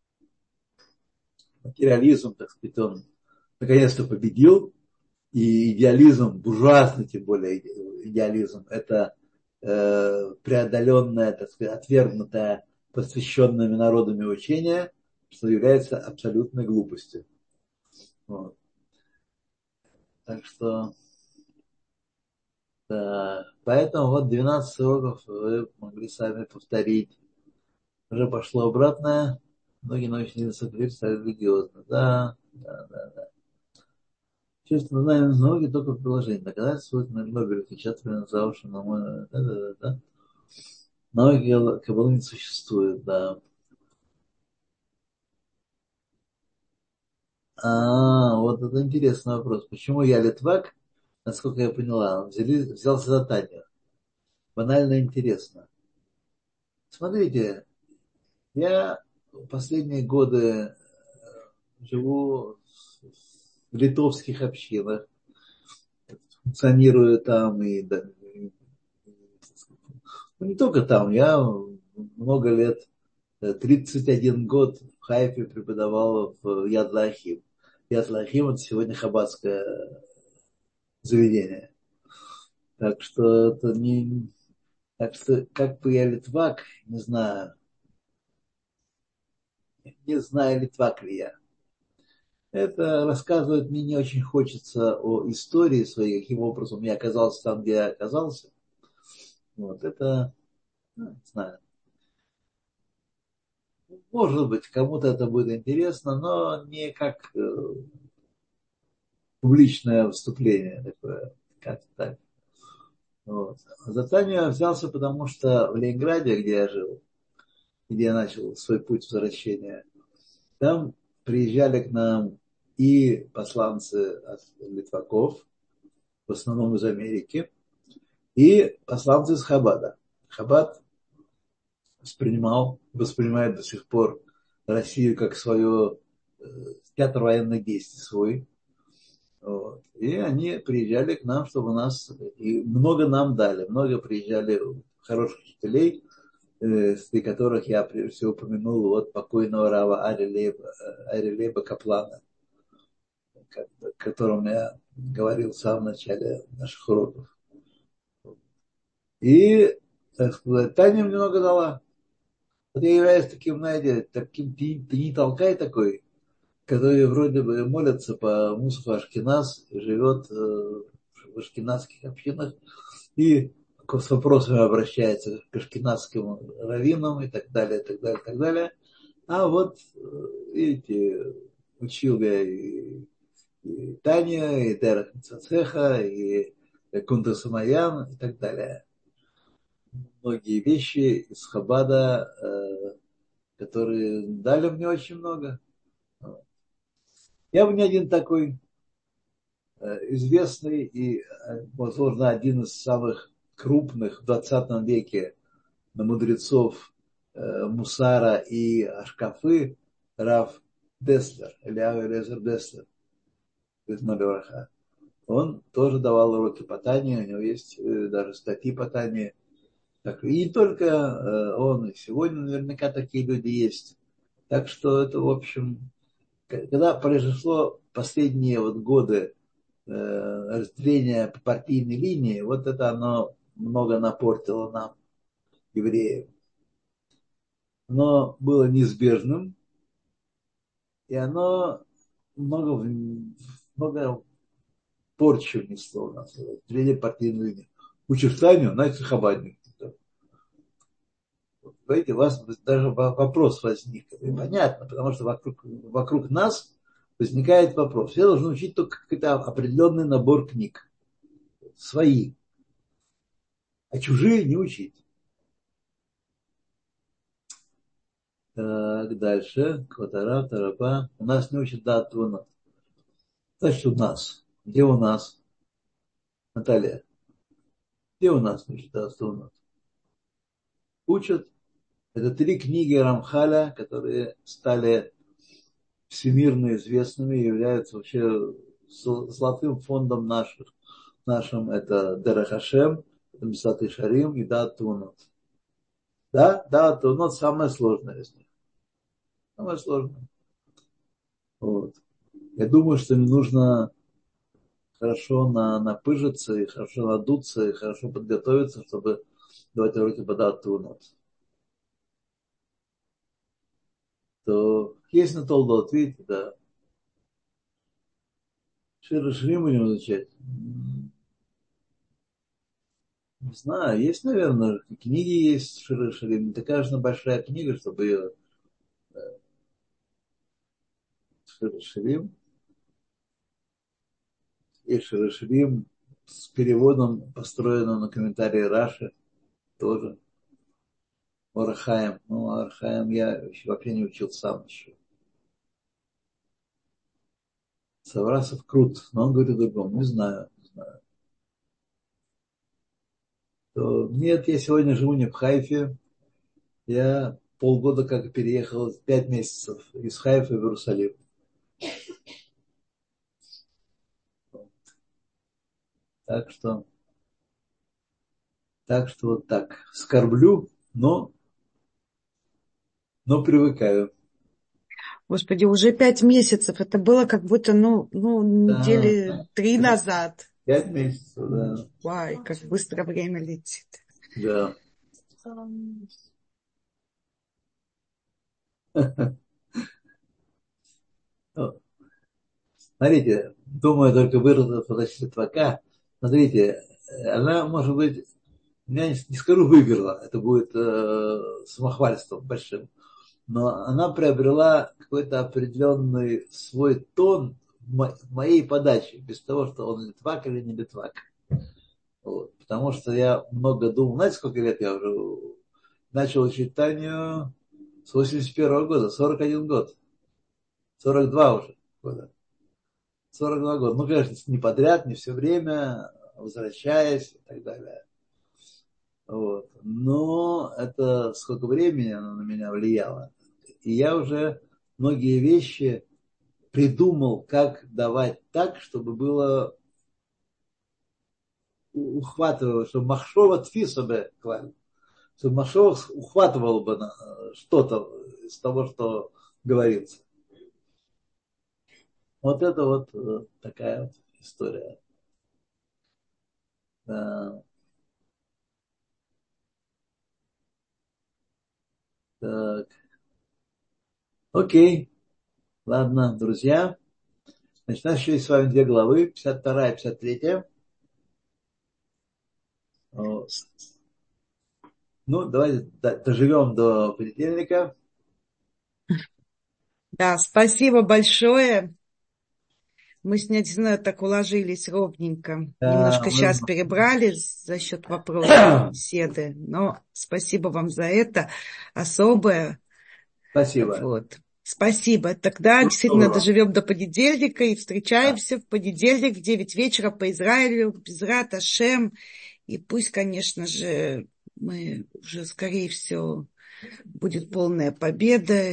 Speaker 1: материализм, так сказать, он наконец-то победил, и идеализм, буржуазный тем более идеализм, это преодоленное, так сказать, отвергнутое посвященными народами учение, что является абсолютной глупостью. Вот. Так что, да, поэтому вот 12 уроков вы могли сами повторить. Уже пошло обратное. Многие научные говорят, стали религиозно. Да, да, да. Чувство знаем науки только в приложении. Доказательства на Нобель печатали за уши, на мой... Да. Науки каббалы не существует, да. Вот это интересный вопрос. Почему я Литвак, насколько я поняла, взялся за Таню? Банально интересно. Смотрите, я в последние годы живу в литовских общинах, функционирую там и да, ну, не только там, я много лет, 31 год в Хайфе преподавал в Яд Лахим. Яд Лахим это сегодня хаббатское заведение. Так что это не... Так что как бы я литвак, не знаю, литвак ли я. Это рассказывать мне не очень хочется о истории своей, каким образом я оказался там, где я оказался. Вот это, не знаю. Может быть, кому-то это будет интересно, но не как публичное выступление такое, как так. Вот. За Таню я взялся, потому что в Ленинграде, где я жил, где я начал свой путь возвращения, там приезжали к нам и посланцы от Литваков, в основном из Америки, и посланцы из Хабада. Хабад воспринимает до сих пор Россию как свое театр военных действий свой. Вот. И они приезжали к нам, чтобы нас, и много нам дали, много приезжали хороших учителей, среди которых я прежде всего упомянул вот покойного Рава Ари Лейба Каплана, о котором я говорил в самом начале наших уроков. И, так сказать, Таня мне много дала. Вот я являюсь таким, знаете, таким ты не толкай такой, который вроде бы молится по Мусафу Ашкеназ, живет в ашкеназских общинах и с вопросами обращается к ашкеназским раввинам и так далее, и так далее, и так далее. А вот, видите, учил я и Таня, и Дерах Цацеха, и Кунта Самаян и так далее. Многие вещи из Хабада, которые дали мне очень много. Я бы не один такой известный и, возможно, один из самых крупных в 20 веке мудрецов Мусара и Ашкафы Рав Деслер, Элиав Элезер Деслер, он тоже давал уроки по Тане, у него есть даже статьи по Тане. Так, и не только он, и сегодня наверняка такие люди есть. Так что это, в общем, когда произошло последние вот годы разделение по партийной линии, вот это оно много напортило нам, евреев. Оно было неизбежным, и оно много порчи внесло у нас, разделение партийной линии. Учишь Таню, значит, хабадник. Понимаете, у вас даже вопрос возник. Это понятно, потому что вокруг нас возникает вопрос. Все должны учить только какой-то определенный набор книг. Свои. А чужие не учить. Так, дальше. Квадара, Тарапа. У нас не учат дату. Значит, у нас. Где у нас? Наталья. Где у нас не учат дату? Учат. Это 3 книги Рамхаля, которые стали всемирно известными и являются вообще золотым фондом нашим. Это Дерех Хашем, Мисат и Шарим и Дат Тунот. Да, Дат Тунот самое сложное из них. Самое сложное. Вот. Я думаю, что мне нужно хорошо напыжиться и хорошо надуться и хорошо подготовиться, чтобы давать уроки по Дат Тунот. То есть на Толдот, видите, да. Шир Шрим будем изучать. Не знаю, есть, наверное, книги есть Шир Шрим. Не такая же большая книга, чтобы ее Шир Шрим. И Шир Шрим с переводом, построенным на комментарии Раши, тоже. Орахаем. Ну, Орахаем я вообще не учил сам еще. Саврасов крут, но он говорит о другом. Не знаю. То, нет, я сегодня живу не в Хайфе. Я полгода как переехал, 5 месяцев из Хайфа в Иерусалим. Так что, вот так. Скорблю, но привыкаю.
Speaker 2: Господи, уже 5 месяцев. Это было как будто,
Speaker 1: Да,
Speaker 2: недели 3 назад.
Speaker 1: 5 месяцев, да.
Speaker 2: Вай, как быстро время летит.
Speaker 1: Да. Ну, смотрите, думаю, только выросла подача твака. Смотрите, она, может быть, я не скажу выиграла, это будет самохвальством большим, но она приобрела какой-то определенный свой тон в моей подаче, без того, что он литвак или не литвак. Вот. Потому что я много думал, знаете, сколько лет я уже начал учить Таню с 81 года, 41 год, 42 уже года, 42 года. Ну, конечно, не подряд, не все время, возвращаясь и так далее. Вот. Но это сколько времени оно на меня влияло. И я уже многие вещи придумал, как давать так, чтобы было ухватывало, чтобы Махшова Тфиса бы клали, чтобы Махшова ухватывало бы что-то из того, что говорится. Вот это вот такая вот история. Да. Так. Окей. Ладно, друзья. Значит, у нас еще есть с вами две главы, 52 и 53. Вот. Ну, давайте доживем до понедельника.
Speaker 2: Да, спасибо большое. Мы с Надиной так уложились ровненько. Немножко сейчас перебрали за счет вопросов беседы, но спасибо вам за это особое.
Speaker 1: Спасибо.
Speaker 2: Вот. Спасибо. Тогда действительно доживем до понедельника и встречаемся в понедельник в 9 вечера по Израилю, Безрат Ашем. И пусть, конечно же, мы уже, скорее всего, будет полная победа,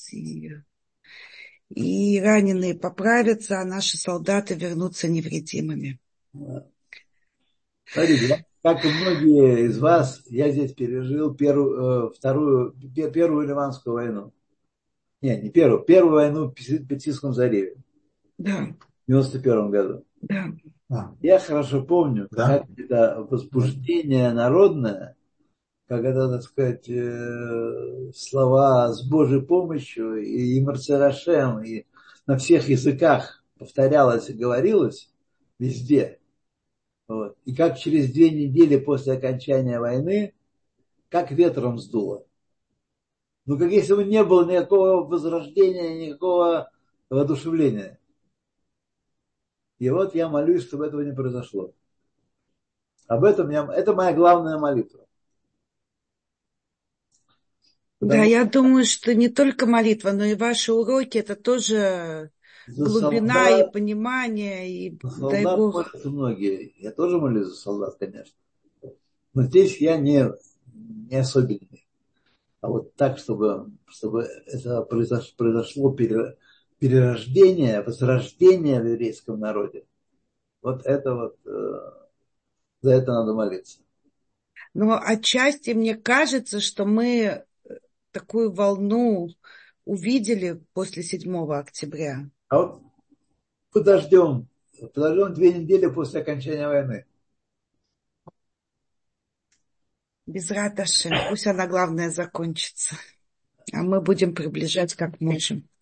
Speaker 2: и раненые поправятся, а наши солдаты вернутся невредимыми.
Speaker 1: Смотрите, как и многие из вас, я здесь пережил первую Ливанскую войну. Не первую. Первую войну в Персидском заливе.
Speaker 2: Да.
Speaker 1: В 91 году.
Speaker 2: Да.
Speaker 1: Я хорошо помню, как это возбуждение народное, как это, так сказать, слова с Божьей помощью и Марцерашем, и на всех языках повторялось и говорилось везде. Вот. И как через 2 недели после окончания войны, как ветром сдуло. Ну, как если бы не было никакого возрождения, никакого воодушевления. И вот я молюсь, чтобы этого не произошло. Это моя главная молитва.
Speaker 2: Да,
Speaker 1: Потому
Speaker 2: я думаю, что не только молитва, но и ваши уроки, это тоже
Speaker 1: за
Speaker 2: глубина и
Speaker 1: солдат,
Speaker 2: понимание, и
Speaker 1: за
Speaker 2: дай
Speaker 1: солдат
Speaker 2: Бог.
Speaker 1: молятся многие. Я тоже молюсь за солдат, конечно. Но здесь я не особенный. А вот так, чтобы это произошло перерождение, возрождение в еврейском народе. Вот это вот, за это надо молиться.
Speaker 2: Но отчасти мне кажется, что мы такую волну увидели после 7 октября.
Speaker 1: А вот подождем 2 недели после окончания войны.
Speaker 2: Безрат Ашем. Пусть она, главное, закончится. А мы будем приближать как можем.